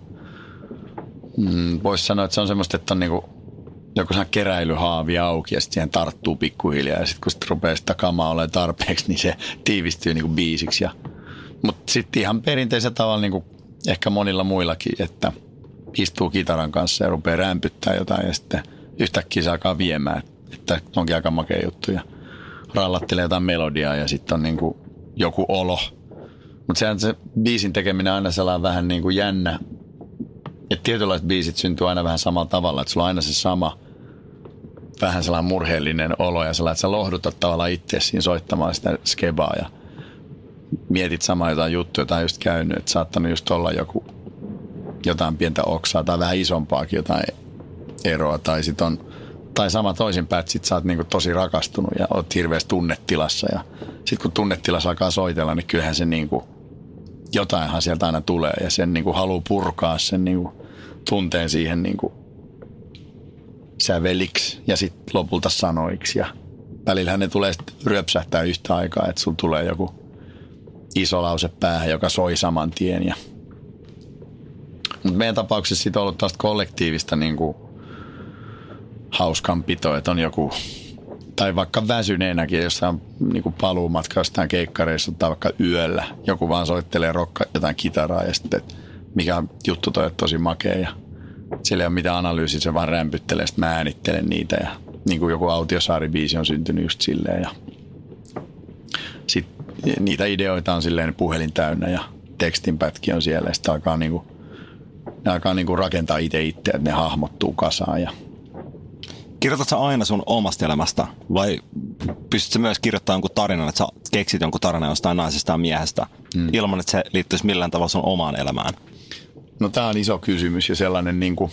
mm, voisi sanoa, että se on semmoista, että on niin kuin joku sellainen keräilyhaavi auki ja sitten siihen tarttuu pikkuhiljaa ja sitten kun sitten rupeaa sitä kamaa olemaan tarpeeksi, niin se tiivistyy niin kuin biisiksi. Ja, mutta sitten ihan perinteisellä tavalla niin kuin ehkä monilla muillakin, että istuu kitaran kanssa ja rupeaa rämpyttää jotain ja sitten yhtäkkiä se alkaa viemään, että onkin aika makea juttu ja rallattelee jotain melodiaa ja sitten on niin kuin joku olo. Mutta sehän se biisin tekeminen aina sellainen vähän niin kuin jännä, että tietynlaiset biisit syntyy aina vähän samalla tavalla, että sulla on aina se sama vähän sellainen murheellinen olo ja sellainen, että sä lohdutat tavallaan itseäsi siinä soittamaan sitä skebaa ja mietit samaa jotain juttuja, jota on just käynyt, että saattanut just olla joku jotain pientä oksaa tai vähän isompaakin jotain eroa tai sit on, tai sama toisinpäin, että sit sä oot niinku tosi rakastunut ja oot hirveässä tunnetilassa ja sit kun tunnetilassa alkaa soitella, niin kyllähän se niinku jotainhan sieltä aina tulee ja sen niinku haluaa purkaa sen niinku tunteen siihen niinku säveliksi ja sitten lopulta sanoiksi ja välillähän ne tulee sitten ryöpsähtää yhtä aikaa, että sulla tulee joku iso lause päähän, joka soi saman tien. Ja mutta meidän tapauksessa siitä on ollut taas kollektiivista niinku hauskanpitoa, että on joku, tai vaikka väsyneenäkin, jossa on niinku paluumatka jostain keikkareissa tai vaikka yöllä. Joku vaan soittelee rokka jotain kitaraa ja sitten, mikä on juttu toi, tosi makea ja sillä ei ole mitään analyysiä, se vaan rämpyttelee, sitten mä äänittelen niitä ja niin kuin joku Autiosaari-biisi on syntynyt just silleen ja sitten niitä ideoita on silleen puhelin täynnä ja tekstinpätki on siellä ja sitten alkaa niinku, ne alkaa niinku rakentaa itse itse, että ne hahmottuu kasaan ja kirjoitatko sä aina sun omasta elämästä vai pystytkö myös kirjoittamaan jonkun tarinan, että sä keksit jonkun tarinan jostain naisesta ja miehestä hmm. ilman, että se liittyisi millään tavalla sun omaan elämään? No tää on iso kysymys ja sellainen niinku,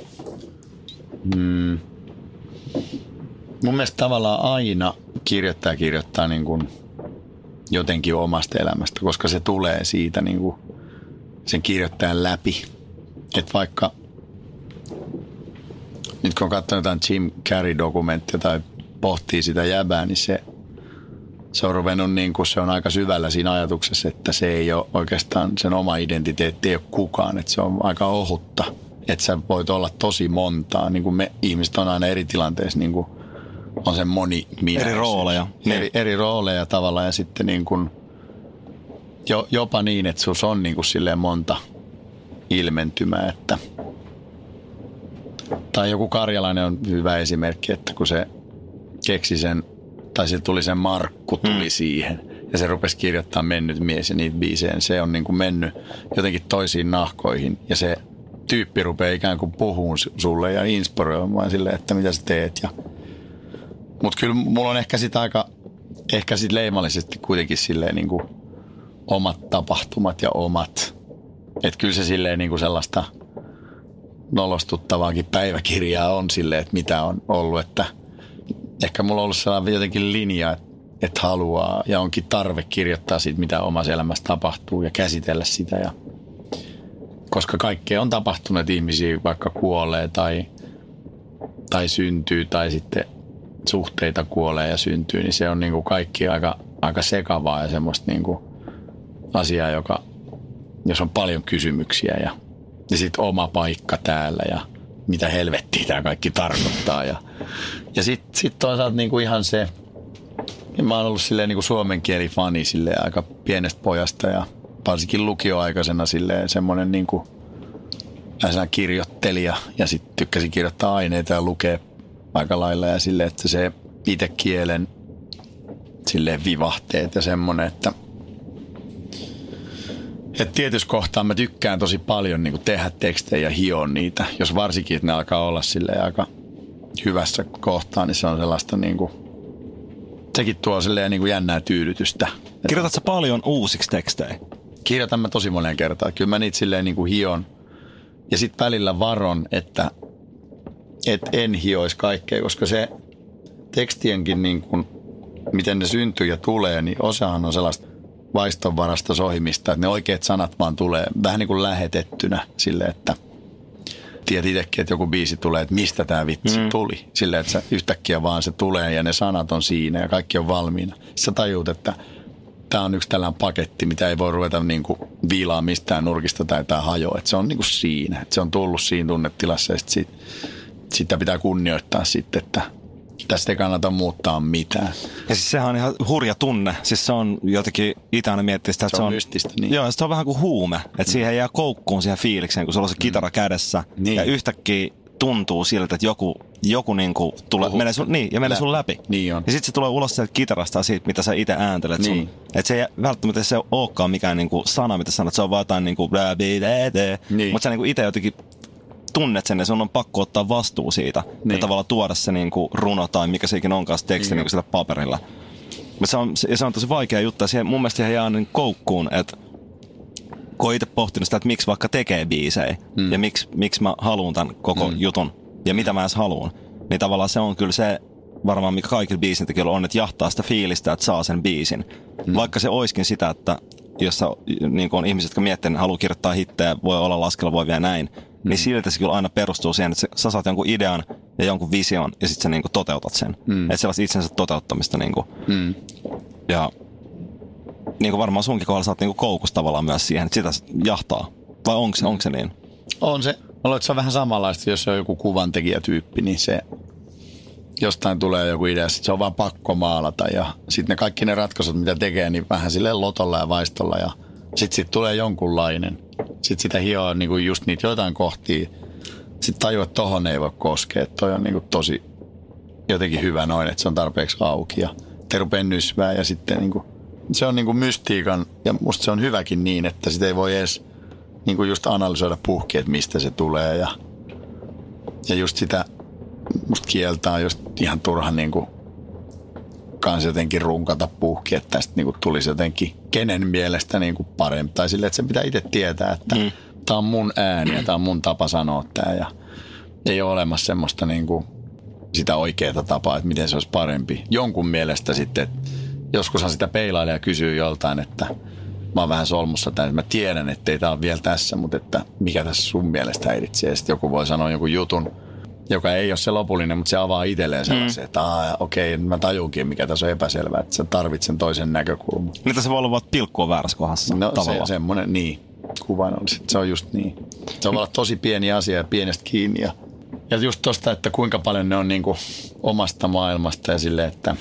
mm, mun mielestä tavallaan aina kirjoittaa kirjoittaa niinku jotenkin omasta elämästä, koska se tulee siitä niinku sen kirjoittajan läpi. Että vaikka nyt kun on katsonut jotain Jim Carrey-dokumenttia tai pohtii sitä jäbää, niin se, se on ruvennut niin kuin se on aika syvällä siinä ajatuksessa, että se ei ole oikeastaan sen oma identiteetti, ei ole kukaan. Että se on aika ohutta, että sä voit olla tosi montaa. Niin kuin me ihmiset on aina eri tilanteissa, niin kuin on se moni minä. Eri rooleja. Eri, eri rooleja tavallaan ja sitten niin kuin jo, jopa niin, että sus on niin kuin silleen monta ilmentymää, että tai joku Karjalainen on hyvä esimerkki, että kun se keksi sen, tai se tuli sen Markku tuli hmm. siihen. ja se rupesi kirjoittaa Mennyt mies ja niitä biisejä. Se on niin kuin mennyt jotenkin toisiin nahkoihin ja se tyyppi rupeaa ikään kuin puhumaan sulle ja inspiroimaan silleen, että mitä sä teet. Ja... Mutta kyllä mulla on ehkä sitä aika, ehkä sit leimallisesti kuitenkin silleen niin kuin omat tapahtumat ja omat. Että kyllä se silleen niin kuin sellaista nolostuttavaakin päiväkirjaa on silleen, että mitä on ollut. Että ehkä mulla on ollut sellainen jotenkin linja, että, että haluaa ja onkin tarve kirjoittaa siitä, mitä omassa elämässä tapahtuu ja käsitellä sitä. Ja, koska kaikkea on tapahtunut, että ihmisiä vaikka kuolee tai, tai syntyy tai sitten suhteita kuolee ja syntyy, niin se on niin kuin kaikki aika, aika sekavaa ja semmoista niin kuin asiaa, joka, jos on paljon kysymyksiä ja, ja sitten oma paikka täällä ja mitä helvettiä tämä kaikki tarkoittaa. Ja, ja sitten sit toisaalta niin kuin ihan se, mä oon ollut silleen niin kuin suomen kieli fani silleen aika pienestä pojasta ja varsinkin lukioaikaisena silleen semmoinen niin kuin kirjoittelija ja sitten tykkäsin kirjoittaa aineita ja lukea aika lailla ja silleen, että se itse kielen silleen vivahteet ja semmoinen, että että tietysti kohtaan mä tykkään tosi paljon niin kuin tehdä tekstejä ja hioa niitä, jos varsinkin, että ne alkaa olla silleen aika hyvässä kohtaa, niin se on sellaista niin kuin, sekin tuo silleen niin kuin jännää tyydytystä. Kirjoitatko sä paljon uusiksi tekstejä? Kirjoitan mä tosi monen kertaa. Kyllä mä niitä silleen niin kuin hion ja sitten välillä varon, että et en hioisi kaikkea, koska se tekstienkin niin kuin, miten ne syntyy ja tulee, niin osahan on sellaista vaistonvarasta sohimista, että ne oikeat sanat vaan tulee vähän niin kuin lähetettynä sille, että tiedät itsekin, että joku biisi tulee, että mistä tämä vitsi mm. tuli. Silleen, että se yhtäkkiä vaan se tulee ja ne sanat on siinä ja kaikki on valmiina. Sä tajuut, että tämä on yksi tällainen paketti, mitä ei voi ruveta niin kuin viilaa mistään nurkista tai tämä hajoa. Että se on niin kuin siinä, että se on tullut siinä tunnetilassa ja sit, sitä pitää kunnioittaa sitten, että tästä ei kannata muuttaa mitään. Ja siis sehän on ihan hurja tunne. Siis se on jotenkin, itse aina miettii sitä, että se on, se on mystistä. Niin. Joo, se on vähän kuin huume. Että mm. siihen jää koukkuun siihen fiilikseen, kun sulla on se kitara mm. kädessä. Niin. Ja yhtäkkiä tuntuu siltä, että joku, joku niinku tulee, menee sun, niin, ja menee sun läpi. Niin on. Ja sitten se tulee ulos sieltä kitarasta ja siitä, mitä sä itse ääntelet. Niin. Että se ei välttämättä se olekaan mikään niinku sana, mitä sanot. Se on vaan jotain niinku niin. Mutta sä niinku itse jotenkin tunnet sen ja sun on pakko ottaa vastuu siitä niin. Ja tavallaan tuoda se niinku runo tai mikä se ikinä onkaan se teksti niin. Niinku sillä paperilla. Se on, ja se on tosi vaikea juttu ja siihen mun mielestä ihan jää niin koukkuun, että kun on itse pohtinut sitä, että miksi vaikka tekee biisejä mm. ja miksi, miksi mä haluun tämän koko mm. jutun ja mitä mä edes haluun, niin tavallaan se on kyllä se varmaan mikä kaikilla biisintekijöillä on, että jahtaa sitä fiilistä, että saa sen biisin. Mm. Vaikka se oiskin sitä, että jos niin on ihmiset, jotka miettii, että haluaa kirjoittaa hittejä, voi olla laskella, voi vielä näin, mm. niin silti se kyllä aina perustuu siihen, että sä saat jonkun idean ja jonkun vision ja sitten sä niinku toteutat sen. Mm. Että sellaista itsensä toteuttamista. Niinku. Mm. Ja niinku varmaan sunkin kohdalla sä oot niinku koukussa tavallaan myös siihen, että sitä jahtaa. Vai onko se, onko se niin? On se. Mä luulen, että se on vähän samanlaista, jos se on joku kuvantekijätyyppi, niin se jostain tulee joku idea, sit se on vaan pakko maalata ja sitten ne kaikki ne ratkaisut, mitä tekee, niin vähän silleen lotolla ja vaistolla ja sitten sit tulee jonkunlainen. Sitten sitä hioa niinku just niitä jotain kohtia. Sitten tajua, että tohon ei voi koskea. Toi on niinku tosi jotenkin hyvä noin, että se on tarpeeksi auki ja te rupee nysvää ja sitten niinku, se on niinku mystiikan ja musta se on hyväkin niin, että sitä ei voi edes niinku just analysoida puhki, että mistä se tulee ja, ja just sitä musta kieltää just ihan turha niinku kans jotenkin runkata puhki, että tästä niinku tulisi jotenkin kenen mielestä niinku parempi. Tai silleen, että sen pitää itse tietää, että mm. tää on mun ääni ja tää on mun tapa sanoa tää. Ja ei ole olemassa semmoista niinku sitä oikeaa tapaa, että miten se olisi parempi. Jonkun mielestä sitten, että joskushan sitä peilailee ja kysyy joltain, että mä oon vähän solmussa tämän, mä tiedän, että ei tää ole vielä tässä, mutta että mikä tässä sun mielestä häiritsee. Ja sitten joku voi sanoa jonkun jutun, joka ei ole se lopullinen, mutta se avaa itselleen sellaisen, mm. että okei, okay, mä tajuunkin, mikä tässä on epäselvää, että sä tarvitset sen toisen näkökulman. Niitä se voi olla vaan pilkkua väärässä kohdassa no, tavallaan. Se, semmoinen, niin, kuvainnollisesti. Se on just niin. Se on olla tosi pieni asia ja pienestä kiinni. Ja, ja just tosta, että kuinka paljon ne on niin kuin omasta maailmasta ja silleen, että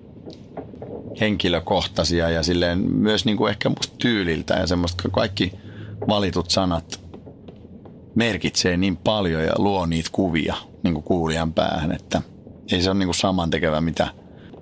henkilökohtaisia ja silleen myös niin kuin ehkä musta tyyliltä ja semmoista kaikki valitut sanat merkitsee niin paljon ja luo niitä kuvia niin kuin kuulijan päähän, että ei se ole niin kuin samantekevä, mitä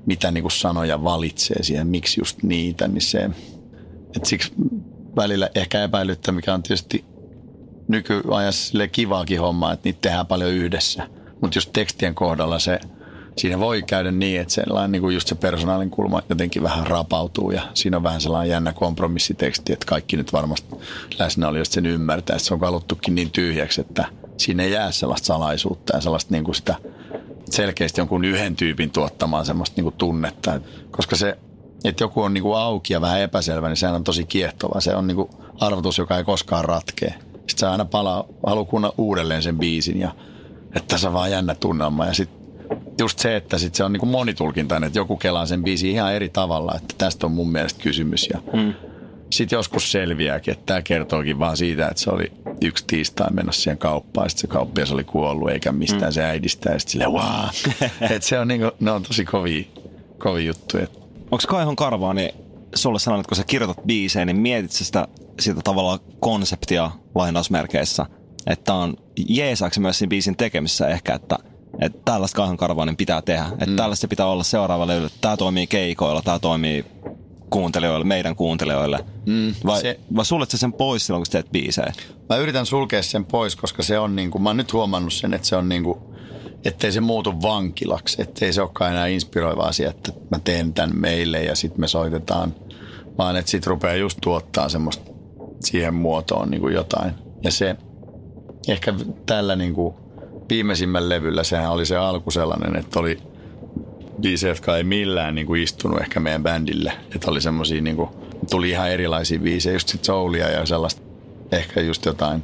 mitä niin kuin sanoja valitsee siihen, miksi just niitä, niin se, että siksi välillä ehkä epäilyttä, mikä on tietysti nykyajassa sille kivaakin hommaa, että niitä tehdään paljon yhdessä, mutta just tekstien kohdalla se, siinä voi käydä niin, että sellainen niin kuin just se persoonallinen kulma jotenkin vähän rapautuu ja siinä on vähän sellainen jännä kompromissiteksti, että kaikki nyt varmasti läsnäolijoista sen ymmärtää, että se on kaluttukin niin tyhjäksi, että siinä ei jää sellaista salaisuutta ja sellaista niin kuin sitä selkeästi jonkun yhden tyypin tuottamaan semmoista niin kuin tunnetta, koska se, että joku on niin kuin auki ja vähän epäselvä, niin sehän on tosi kiehtova. Se on niin kuin arvotus, joka ei koskaan ratkea. Sitten se aina palaa, haluaa kuunnella uudelleen sen biisin ja että tässä on vaan jännä tunnelma ja sitten just se, että sit se on niinku monitulkintainen, että joku kelaa sen biisin ihan eri tavalla, että tästä on mun mielestä kysymys. Ja hmm. sitten joskus selviääkin, että tämä kertookin vaan siitä, että se oli yksi tiistai menossa siihen kauppaan, sitten se kauppias oli kuollut eikä mistään hmm. se äidistä, ja sitten silleen waa. Että se on niinku, ne on tosi kovia, kovia juttuja. Onko Kaihon Karvaani sulle sanonut, että kun sä kirjoitat biisejä, niin mietit sä sitä, sitä tavallaan konseptia lainausmerkeissä, että on jeesaaksi myös siinä biisin tekemisessä ehkä, että että tällaista Kaihon Karvaanin pitää tehdä. Että mm. tällaista pitää olla seuraava levy. Tämä toimii keikoilla, tämä toimii kuuntelijoille, meidän kuuntelijoille. Mm, vai, se, vai suljet sä sen pois silloin, kun sä teet biisejä? Mä yritän sulkea sen pois, koska se on niin kuin, mä oon nyt huomannut sen, että se on niin kuin, ettei se muutu vankilaksi. Ettei se olekaan enää inspiroiva asia, että mä teen tämän meille ja sitten me soitetaan. Vaan että sit rupeaa just tuottaa semmoista siihen muotoon niin kuin jotain. Ja se ehkä tällä niin kuin viimeisimmällä levyllä sehän oli se alku sellainen, että oli biisejä, jotka ei millään niin kuin istunut ehkä meidän bändille. Että oli semmosia, niin kuin, tuli ihan erilaisia biisejä, just sit soulia ja sellaista, ehkä just jotain,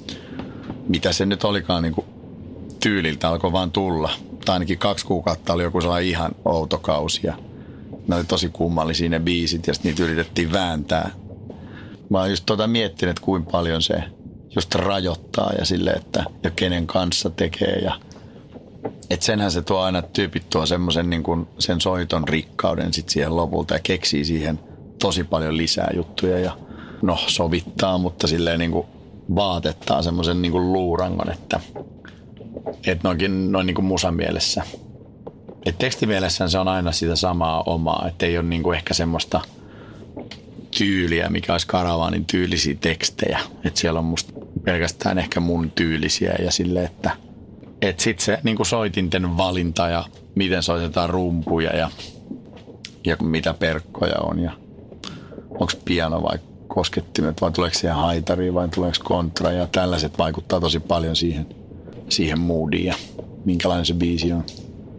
mitä se nyt olikaan niin kuin tyyliltä alkoi vaan tulla. Tai ainakin kaksi kuukautta oli joku sellainen ihan outo kausi ja ne oli tosi kummallisia ne biisit ja niitä yritettiin vääntää. Mä oon just tota miettinyt, että kuinka paljon se just rajoittaa ja sille, että ja kenen kanssa tekee ja että senhän se tuo aina, tyypit tuo semmoisen niin kuin sen soiton rikkauden sit siihen lopulta ja keksii siihen tosi paljon lisää juttuja ja no sovittaa, mutta silleen niin kuin vaatettaa semmoisen niin kuin luurangon, että että noinkin noin niin kuin musan mielessä. Että tekstimielessään se on aina sitä samaa omaa, että ei ole niin kuin ehkä semmoista tyyliä, mikä olisi Karavaanin tyylisiä tekstejä. Että siellä on musta pelkästään ehkä mun tyylisiä ja silleen, että et sitten se niin kuin soitinten valinta ja miten soitetaan rumpuja ja, ja mitä perkkoja on ja onko piano vai koskettimet vai tuleeko siihen haitari vai tuleeko kontra ja tällaiset vaikuttaa tosi paljon siihen, siihen moodiin ja minkälainen se biisi on.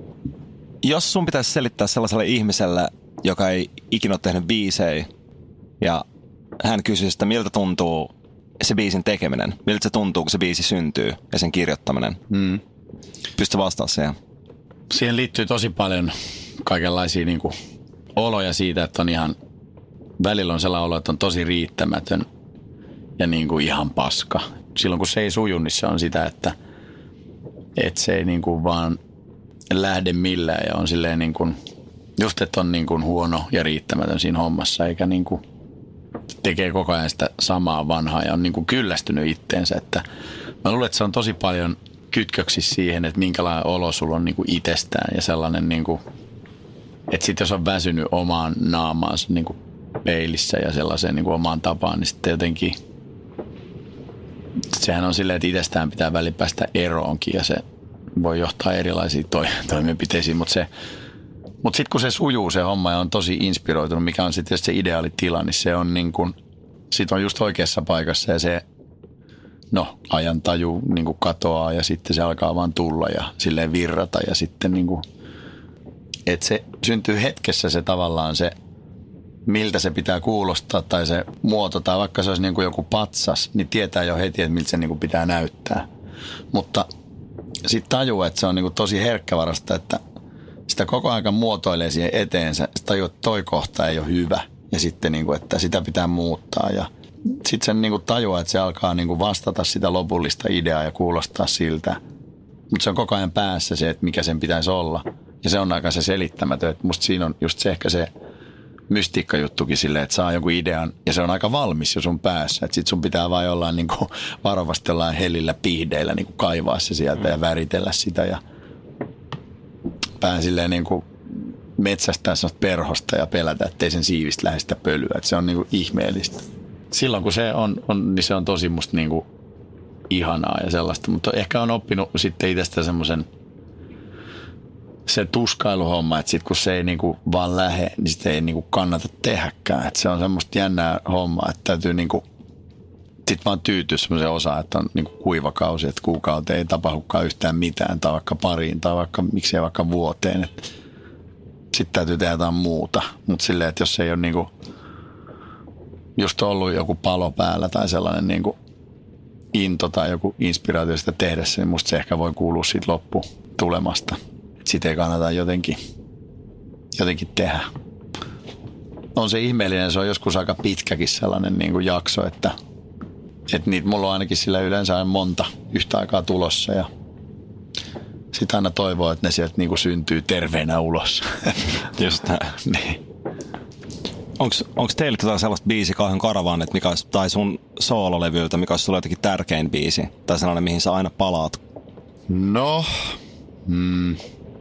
Jos sun pitäisi selittää sellaiselle ihmiselle, joka ei ikinä ole tehnyt biisejä ja hän kysyy sitä, miltä tuntuu se biisin tekeminen, miltä se tuntuu, kun se biisi syntyy ja sen kirjoittaminen. Mm. Pystyy vastaamaan siihen? Siihen liittyy tosi paljon kaikenlaisia niin kuin oloja siitä, että on ihan, välillä on sellainen olo, että on tosi riittämätön ja niin kuin ihan paska. Silloin kun se ei suju, niin se on sitä, että, että se ei niin kuin vaan lähde millään ja on silleen niin kuin, just että on niin kuin huono ja riittämätön siinä hommassa eikä niin kuin tekee koko ajan sitä samaa vanhaa ja on niin kuin kyllästynyt itteensä. Että mä luulen, että se on tosi paljon kytköksissä siihen, että minkälainen olo sulla on niin kuin itsestään ja sellainen, niin kuin, että sitten jos on väsynyt omaan naamaansa niin kuin peilissä ja sellaiseen niin kuin omaan tapaan, niin sitten jotenkin sehän on silleen, että itsestään pitää välillä päästä eroonkin ja se voi johtaa erilaisiin toi, toimenpiteisiin, mutta se Mutta sitten kun se sujuu se homma ja on tosi inspiroitunut, mikä on sitten se ideaalitila, niin se on niin kuin, sit on just oikeassa paikassa ja se, no, ajantaju niin kuin katoaa ja sitten se alkaa vaan tulla ja silleen virrata ja sitten niin kuin, että se syntyy hetkessä se tavallaan se, miltä se pitää kuulostaa tai se muoto tai vaikka se olisi niin kuin joku patsas, niin tietää jo heti, että miltä se niin kuin pitää näyttää. Mutta sitten tajuu, että se on niin kuin tosi herkkävarasta, että sitä koko ajan muotoilee siihen eteensä. Sitä tajuu, että toi kohta ei ole hyvä ja sitten, niin kuin, että sitä pitää muuttaa. Ja sitten sen niin kuin tajuaa, että se alkaa niin kuin vastata sitä lopullista ideaa ja kuulostaa siltä. Mutta se on koko ajan päässä se, että mikä sen pitäisi olla. Ja se on aika se selittämätön. Että musta siinä on just se ehkä se mystiikkajuttukin silleen, että saa jonkun idean ja se on aika valmis jo sun päässä. Että sit sun pitää vaan jollain niin kuin varovasti jollain helillä piihdeillä niin kuin kaivaa se sieltä ja väritellä sitä ja vähän silleen niin kuin metsästää sellaista perhosta ja pelätä, ettei sen siivistä lähde sitä pölyä. Et se on niinku ihmeellistä. Silloin kun se on, on niin se on tosi musta niinku ihanaa ja sellaista, mutta ehkä on oppinut sitten itsestä semmoisen se tuskailuhomma, että sit kun se ei niinku vaan lähe, niin sitä ei niinku kannata tehdäkään. Et se on semmoista jännää hommaa, että täytyy niinku sit vaan tyytyä semmoiseen osaan, että on niinku kuivakausi, että kuukauteen ei tapahdukaan yhtään mitään, tai vaikka pariin, tai vaikka miksei vaikka vuoteen. Sitten täytyy tehdä jotain muuta, mutta silleen, että jos ei ole niinku just ollut joku palo päällä tai sellainen niinku into tai joku inspiraatio sitä tehdä, niin musta se ehkä voi kuulua siitä lopputulemasta. Sitä ei kannata jotenkin, jotenkin tehdä. On se ihmeellinen, se on joskus aika pitkäkin sellainen niin kuin jakso, että, että niitä mulla on ainakin sillä yleensä aina monta yhtä aikaa tulossa ja sitä aina toivoo, että ne sieltä niin kuin syntyy terveenä ulos. Just näin. Niin. Onko teillä jotain sellaista biisi kauhean karavaan, että mikä olisi, tai sun soololevyltä, mikä olisi sulla jotenkin tärkein biisi? Tai sellainen, mihin sä aina palaat? No, mm.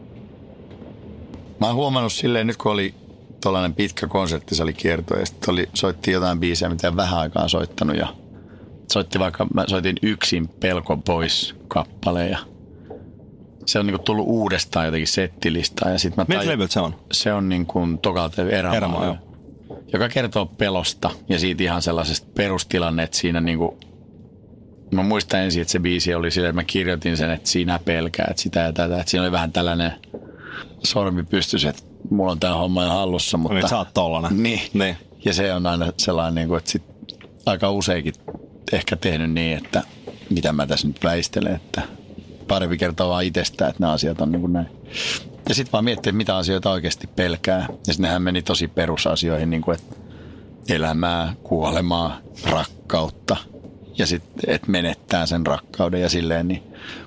mä oon huomannut silleen, nyt kun oli tuollainen pitkä konserttisalikierto ja sitten oli, soitti jotain biisejä, mitä en vähän aikaa soittanut ja soitti vaikka, mä soitin Yksin pelko pois -kappaleen ja se on niinku tullut uudestaan jotenkin settilistaan. Miltä levyltä se on? Se on niin kuin tokalta Erämaa, Erämaa jo. Joka kertoo pelosta ja siitä ihan sellaisesta perustilanne, että siinä niinku, mä muistan ensin, että se biisi oli sillä, että mä kirjoitin sen, että sinä pelkäät sitä ja tätä, että siinä oli vähän tällainen sormi pystyssä, että mulla on tää homma jo hallussa, mutta niin, sä oot tollanen. Niin. niin. Ja se on aina sellainen, että sit aika useinkin ehkä tehnyt niin, että mitä mä tässä nyt väistelen, että parempi kertoa vaan itsestään, että nämä asiat on niin kuin näin. Ja sitten vaan miettiä, mitä asioita oikeasti pelkää. Ja sitten nehän meni tosi perusasioihin, niin kuin, että elämää, kuolemaa, rakkautta. Ja sitten, että menettää sen rakkauden ja silleen. Niin.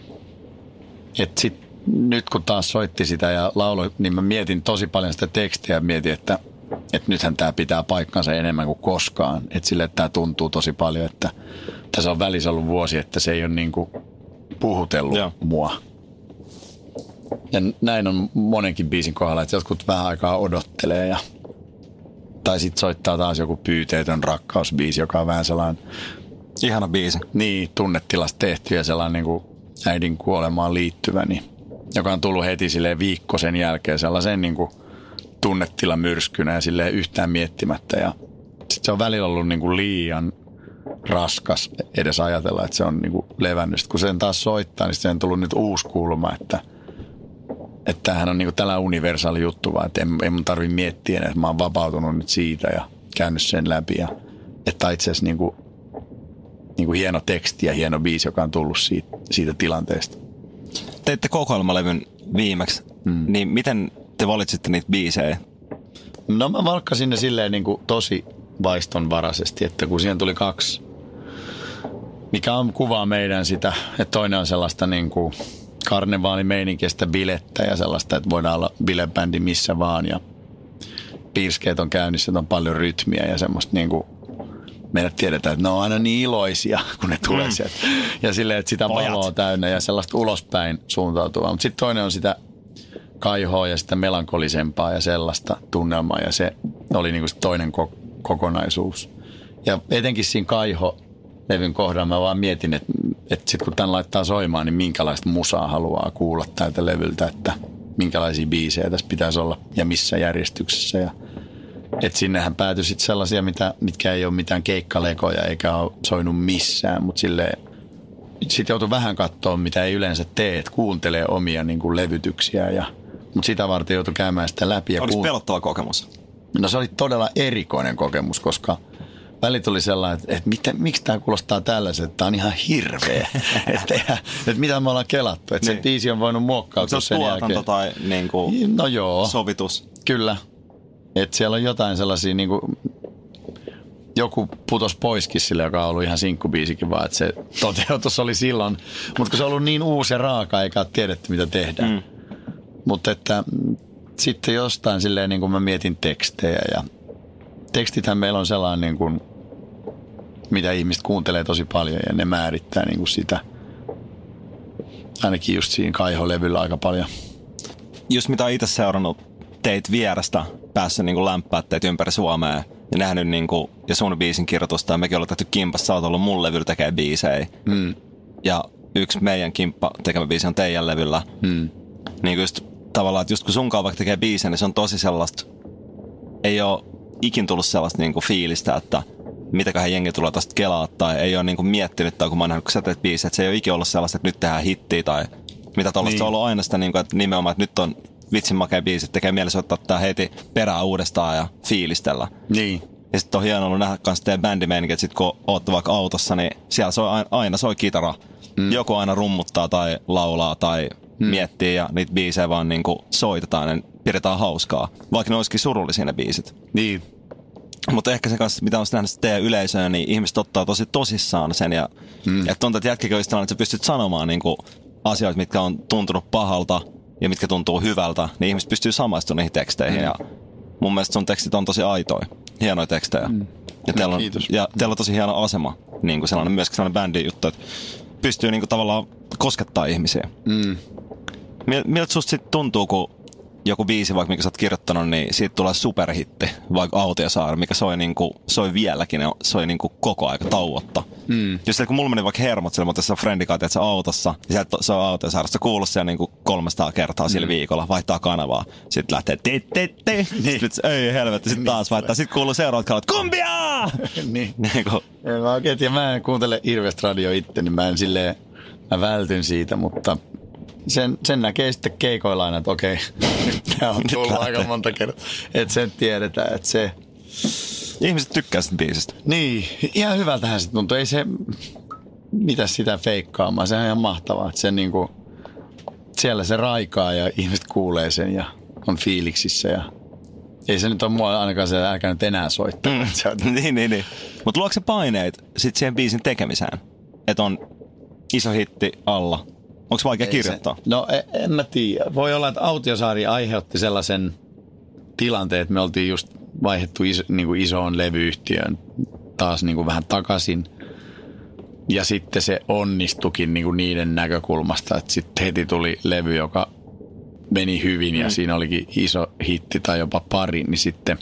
Että sitten nyt kun taas soitti sitä ja lauloi, niin mä mietin tosi paljon sitä tekstiä ja mietin, että, että nythän tämä pitää paikkansa enemmän kuin koskaan. Että silleen, että tämä tuntuu tosi paljon, että tässä on välissä ollut vuosi, että se ei ole niin kuin puhutellut Joo. mua. Ja näin on monenkin biisin kohdalla, että jotkut vähän aikaa odottelee ja tai sitten soittaa taas joku pyyteetön rakkausbiisi, joka on vähän sellainen ihana biisi. Niin, tunnetilasta tehty ja sellainen niin kuin äidin kuolemaan liittyvä, niin, joka on tullut heti silleen viikko sen jälkeen sellaisen niin kuin tunnetila myrskynä ja silleen yhtään miettimättä. Ja sitten se on välillä ollut niin kuin liian raskas edes ajatella, että se on niin kuin levännyt. Sitten kun sen taas soittaa, niin se on tullut nyt uusi kulma, että että tämähän on niin kuin tällainen universaali juttu, vaan että ei, ei mun tarvitse miettiä, että mä oon vapautunut nyt siitä ja käynyt sen läpi. Ja, että itse asiassa niin kuin, niin kuin hieno teksti ja hieno biisi, joka on tullut siitä, siitä tilanteesta. Teitte kokoelmalevyn viimeksi, mm. niin miten te valitsitte niitä biisejä? No mä valkkasin ne silleen niin kuin tosi vaistonvaraisesti, että kun siihen tuli kaksi, mikä on kuvaa meidän sitä, että toinen on sellaista niin kuin karnevaalimeininkiä bilettä ja sellaista, että voidaan olla bilebändi missä vaan ja piirskeet on käynnissä, että on paljon rytmiä ja semmoista niin kuin meidät tiedetään, että ne on aina niin iloisia, kun ne tulee mm. sieltä. Ja silleen, että sitä valoa täynnä ja sellaista ulospäin suuntautuvaa. Mutta sitten toinen on sitä kaihoa ja sitä melankolisempaa ja sellaista tunnelmaa ja se oli niin kuin se toinen ko- kokonaisuus. Ja etenkin siinä kaiho-levyn kohdalla mä vaan mietin, että, että sitten kun tämän laittaa soimaan, niin minkälaista musaa haluaa kuulla tältä levyltä, että minkälaisia biisejä tässä pitäisi olla ja missä järjestyksessä. Ja että sinnehän päätyi sitten sellaisia, mitä, mitkä ei ole mitään keikkalekoja eikä ole soinut missään, mutta silleen sitten joutui vähän katsoa, mitä ei yleensä tee, että kuuntelee omia niin kuin levytyksiä, ja, mutta sitä varten joutui käymään sitä läpi. Oliko kuun... pelottava kokemus? No se oli todella erikoinen kokemus, koska väli tuli sellainen, että, että miten, miksi tämä kuulostaa tällaiset, että tämä on ihan hirveä, että, että mitä me ollaan kelattu, että niin. Se biisi on voinut muokkautua sen jälkeen. Se on tuotanto tai niin kuin no joo, sovitus. Kyllä, että siellä on jotain sellaisia niin kuin joku putos poiskin sille, joka on ollut ihan sinkkubiisikin vaan, että se toteutus oli silloin. Mutta kun se on ollut niin uusi ja raaka, eikä ole tiedetty, mitä tehdään. Mm. Mutta että sitten jostain silleen, niin kuin mä mietin tekstejä ja tekstithän meillä on sellainen, niin kuin, mitä ihmiset kuuntelee tosi paljon ja ne määrittää niin kuin sitä. Ainakin just siinä kaiholevyllä aika paljon. Just mitä itse seurannut teit vierestä, päässyt niin kuin lämpää teitä ympäri Suomea ja nähnyt niin kuin, ja sun biisin kirjoitusta. Ja mekin ollaan tehty kimpassa, sä oot ollut mun levyllä tekee biisejä. Mm. Ja yksi meidän kimppa tekemä biisi on teidän levyllä. Mm. Niin kuin just tavallaan, että just kun sunkaan vaikka tekee biisejä, niin se on tosi sellaista, ei ole ikin tullut sellaista niin kuin fiilistä, että mitäköhän jengi tulee tästä kelaa, tai ei ole niin kuin miettinyt, tai kun mä oon nähnyt, kun sä teet biisejä, että se ei ole ikin ollut sellaista, että nyt tehdään hittiä, tai mitä tuollaista niin. On ollut aina sitä, niin kuin, että nimenomaan, että nyt on vitsin makea biisi, tekee mielessä ottaa tää heti perään uudestaan ja fiilistellä. Niin. Ja sitten on hienoa ollut nähdä kans teidän bändimeininki, että sit kun ootte vaikka autossa, niin siellä soi aina, aina soi kitara. Mm. Joku aina rummuttaa tai laulaa tai mm. miettii ja niitä biisejä vaan niinku soitetaan ja pidetään hauskaa. Vaikka ne olisikin surullisia ne biisit. Niin. Mutta ehkä se kanssa, mitä on nähnyt teidän yleisöön, niin ihmiset ottaa tosi tosissaan sen. Ja mm. että tuntuu, että jätkäkin olisi tällainen, että sä pystyt sanomaan niinku asioita, mitkä on tuntunut pahalta ja mitkä tuntuu hyvältä, niin ihmiset pystyy samaistumaan niihin teksteihin. Mm. Ja mun mielestä sun tekstit on tosi aitoja, hienoja tekstejä. Mm. Ja, teillä on, ja teillä on tosi hieno asema, niin kuin sellainen, myöskin sellainen bändin juttu, että pystyy niin kuin tavallaan koskettaa ihmisiä. Mm. Miltä susta sitten tuntuu, kun joku biisi, vaikka mikä sä oot kirjoittanut, niin siitä tulee superhitti, vaikka Autiosaari, mikä soi, niin kuin, soi vieläkin, soi niin kuin koko aika tauotta. Mm. Just kun mulla meni vaikka hermot sillä, mutta tässä on friendikaan, että sä autossa, ja sieltä se on Autiosaaresta kuullut siellä niin kuin kolmesataa kertaa sillä mm. viikolla, vaihtaa kanavaa, sitten lähtee te te te, niin. Sitten ei helvetti, sitten taas vaihtaa, sitten kuuluu seuraavat kanavat, kumpiaa! Niin. niin kuin. Mä oikein tiedä, mä en kuuntele hirveästi radio itse, niin mä en silleen, mä vältyn siitä, mutta Sen, sen näkee sitten keikoilla aina, että okei, tämä on tullut aika monta kertaa, että sen tiedetään, että se... Ihmiset tykkää sitä biisistä. Niin, ihan hyvältähän se tuntuu. Ei se, mitä sitä feikkaamaan, se on ihan mahtavaa, että se niinku, siellä se raikaa ja ihmiset kuulee sen ja on fiiliksissä ja ei se nyt ole mua ainakaan se, älkää nyt enää soittaa. Mm. niin, niin, niin. Mutta luokse paineet sitten siihen biisin tekemiseen, että on iso hitti alla? Onko vaikea kirjoittaa? Se, no en, en mä tiedä. Voi olla, että Autiosaari aiheutti sellaisen tilanteen, että me oltiin just vaihdettu iso, niin kuin isoon levyyhtiöön taas niin kuin vähän takaisin. Ja sitten se onnistukin niin kuin niiden näkökulmasta, että sitten heti tuli levy, joka meni hyvin ja mm. siinä olikin iso hitti tai jopa pari. Niin sitten,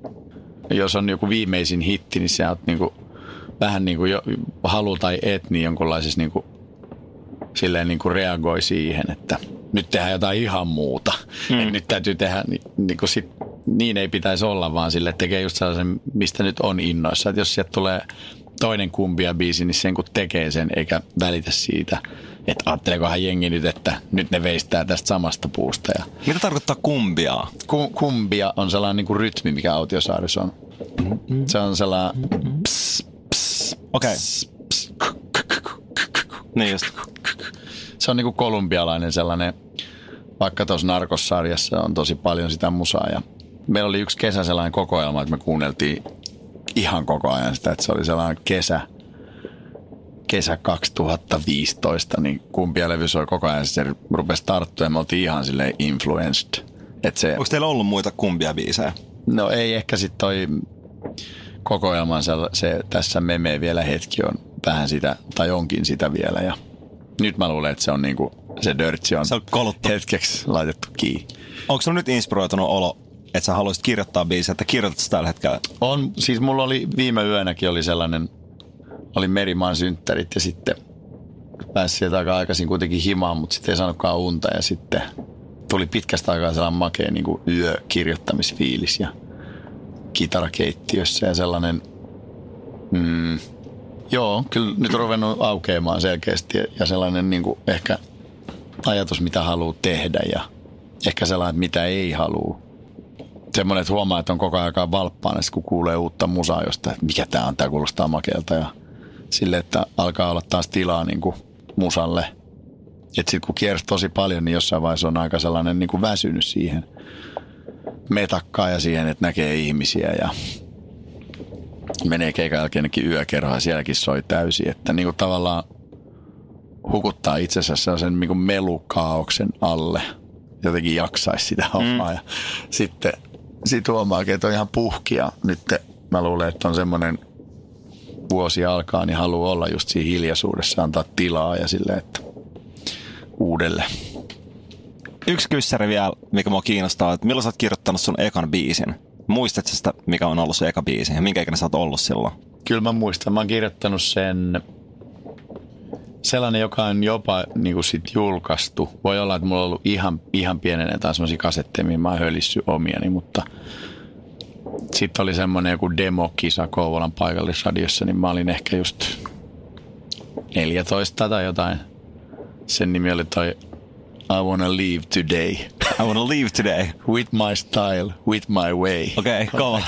jos on joku viimeisin hitti, niin sä oot niin kuin, vähän niin kuin jo, halu tai et, niin jonkunlaisessa niin kuin silleen niin kuin reagoi siihen, että nyt tehdään jotain ihan muuta. Mm. Että nyt täytyy tehdä, niin, niin, kuin sit, niin ei pitäisi olla, vaan sille tekee just sellaisen, mistä nyt on innoissa. Että jos sieltä tulee toinen kumbia biisi, niin sen kun tekee sen, eikä välitä siitä, että ajatteleekohan jengi nyt, että nyt ne veistää tästä samasta puusta. Ja mitä tarkoittaa kumbiaa? Ku, kumbia on sellainen niin kuin rytmi, mikä Autiosaarissa on. Mm-hmm. Se on sellainen pss, pss, okei. Niin just. Se on niinku kolumbialainen sellainen, vaikka tuossa Narcos-sarjassa on tosi paljon sitä musaa. Ja meillä oli yksi kesä sellainen kokoelma, että me kuunneltiin ihan koko ajan sitä, että se oli sellainen kesä, kesä kaksituhattaviisitoista, niin kumpia levy soi koko ajan, se rupesi tarttua ja me oltiin ihan silleen influenced. Että se, onko teillä ollut muita kumpia biisejä? No ei, ehkä sitten toi kokoelman se, se tässä memee vielä hetki on vähän sitä, tai onkin sitä vielä ja nyt mä luulen, että se on niinku, se dörtsi on, on hetkeksi laitettu kiinni. Onko se nyt inspiroitunut olo, että sä haluaisit kirjoittaa biisiä, että kirjoitat sitä tällä hetkellä? On, siis mulla oli viime yönäkin oli sellainen, oli Merimaan synttärit ja sitten pääsi sieltä aika aikaisin kuitenkin himaan, mutta sitten ei saanutkaan unta ja sitten tuli pitkästä aikaa sellainen makea niinku yökirjoittamisfiilis ja kitarakeittiössä ja sellainen, mm, joo, kyllä nyt on ruvennut aukeamaan selkeästi ja sellainen niin kuin ehkä ajatus, mitä haluaa tehdä ja ehkä sellainen, mitä ei halua. Semmoinen, että huomaa, että on koko ajan valppaana, kun kuulee uutta musaa jostain, että mikä tämä on, tämä kuulostaa makealta ja sille, että alkaa olla taas tilaa niin kuin musalle. Että sitten kun kiersi tosi paljon, niin jossain vaiheessa on aika sellainen niin kuin väsynyt siihen metakkaan ja siihen, että näkee ihmisiä ja menee keikan jälkeen ainakin yökerhoa ja sielläkin soi täysin, että niin kuin tavallaan hukuttaa itsensä sellaisen niin kuin melukaauksen alle. Jotenkin jaksaisi sitä hommaa mm. ja sitten sit huomaakin, että on ihan puhkia. Nyt mä luulen, että on semmoinen vuosi alkaa, niin haluaa olla just siinä hiljaisuudessa, antaa tilaa ja silleen, että uudelle. Yksi kyssäri vielä, mikä mua kiinnostaa, että milloin sä oot kirjoittanut sun ekan biisin? Muistatko sitä, mikä on ollut sun eka biisi ja minkä ikinä sä oot ollut silloin? Kyllä mä muistan. Mä oon kirjoittanut sen sellainen, joka on jopa niin kuin sit julkaistu. Voi olla, että mulla on ollut ihan, ihan pienenä tai semmoisia kasetteja, mihin mä oon hölissy omiani, mutta sitten oli semmoinen joku demokisa Kouvolan paikallisradiossa, niin mä olin ehkä just neljätoista tai jotain. Sen nimi oli toi I wanna leave today. I wanna leave today. With my style, with my way. Okei, okay, kova.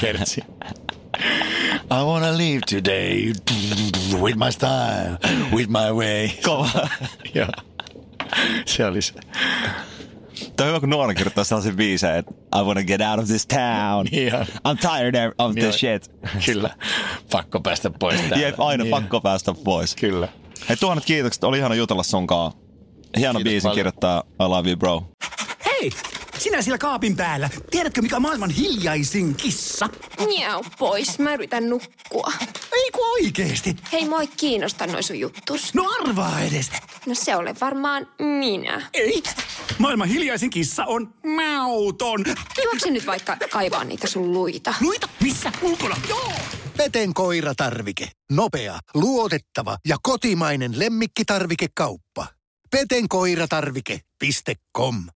I wanna leave today with my style, with my way. Kova. Joo, se oli se. Tämä on hyvä, kun nuori kirjoittaa sellaisia biisejä, että I wanna get out of this town. Niin I'm tired of this shit. Kyllä, pakko päästä pois täältä. Jep, aina niin. pakko päästä pois. Kyllä. Hei, tuhannet kiitokset, oli ihana jutella sunkaan. Hieno Kiitos biisi paljon. kirjoittaa I love you, bro. Hei, sinä siellä kaapin päällä. Tiedätkö, mikä on maailman hiljaisin kissa? Miau pois, mä yritän nukkua. Ei kun oikeesti. Hei, moi kiinnosta noi sun juttus. No arvaa edes. No se ole varmaan minä. Ei. Maailman hiljaisin kissa on mauton. Juokse nyt vaikka kaivaa niitä sun luita. Luita? Missä? Ulkona? Joo. Peten koiratarvike. Nopea, luotettava ja kotimainen lemmikkitarvikekauppa. peten koiratarvike piste com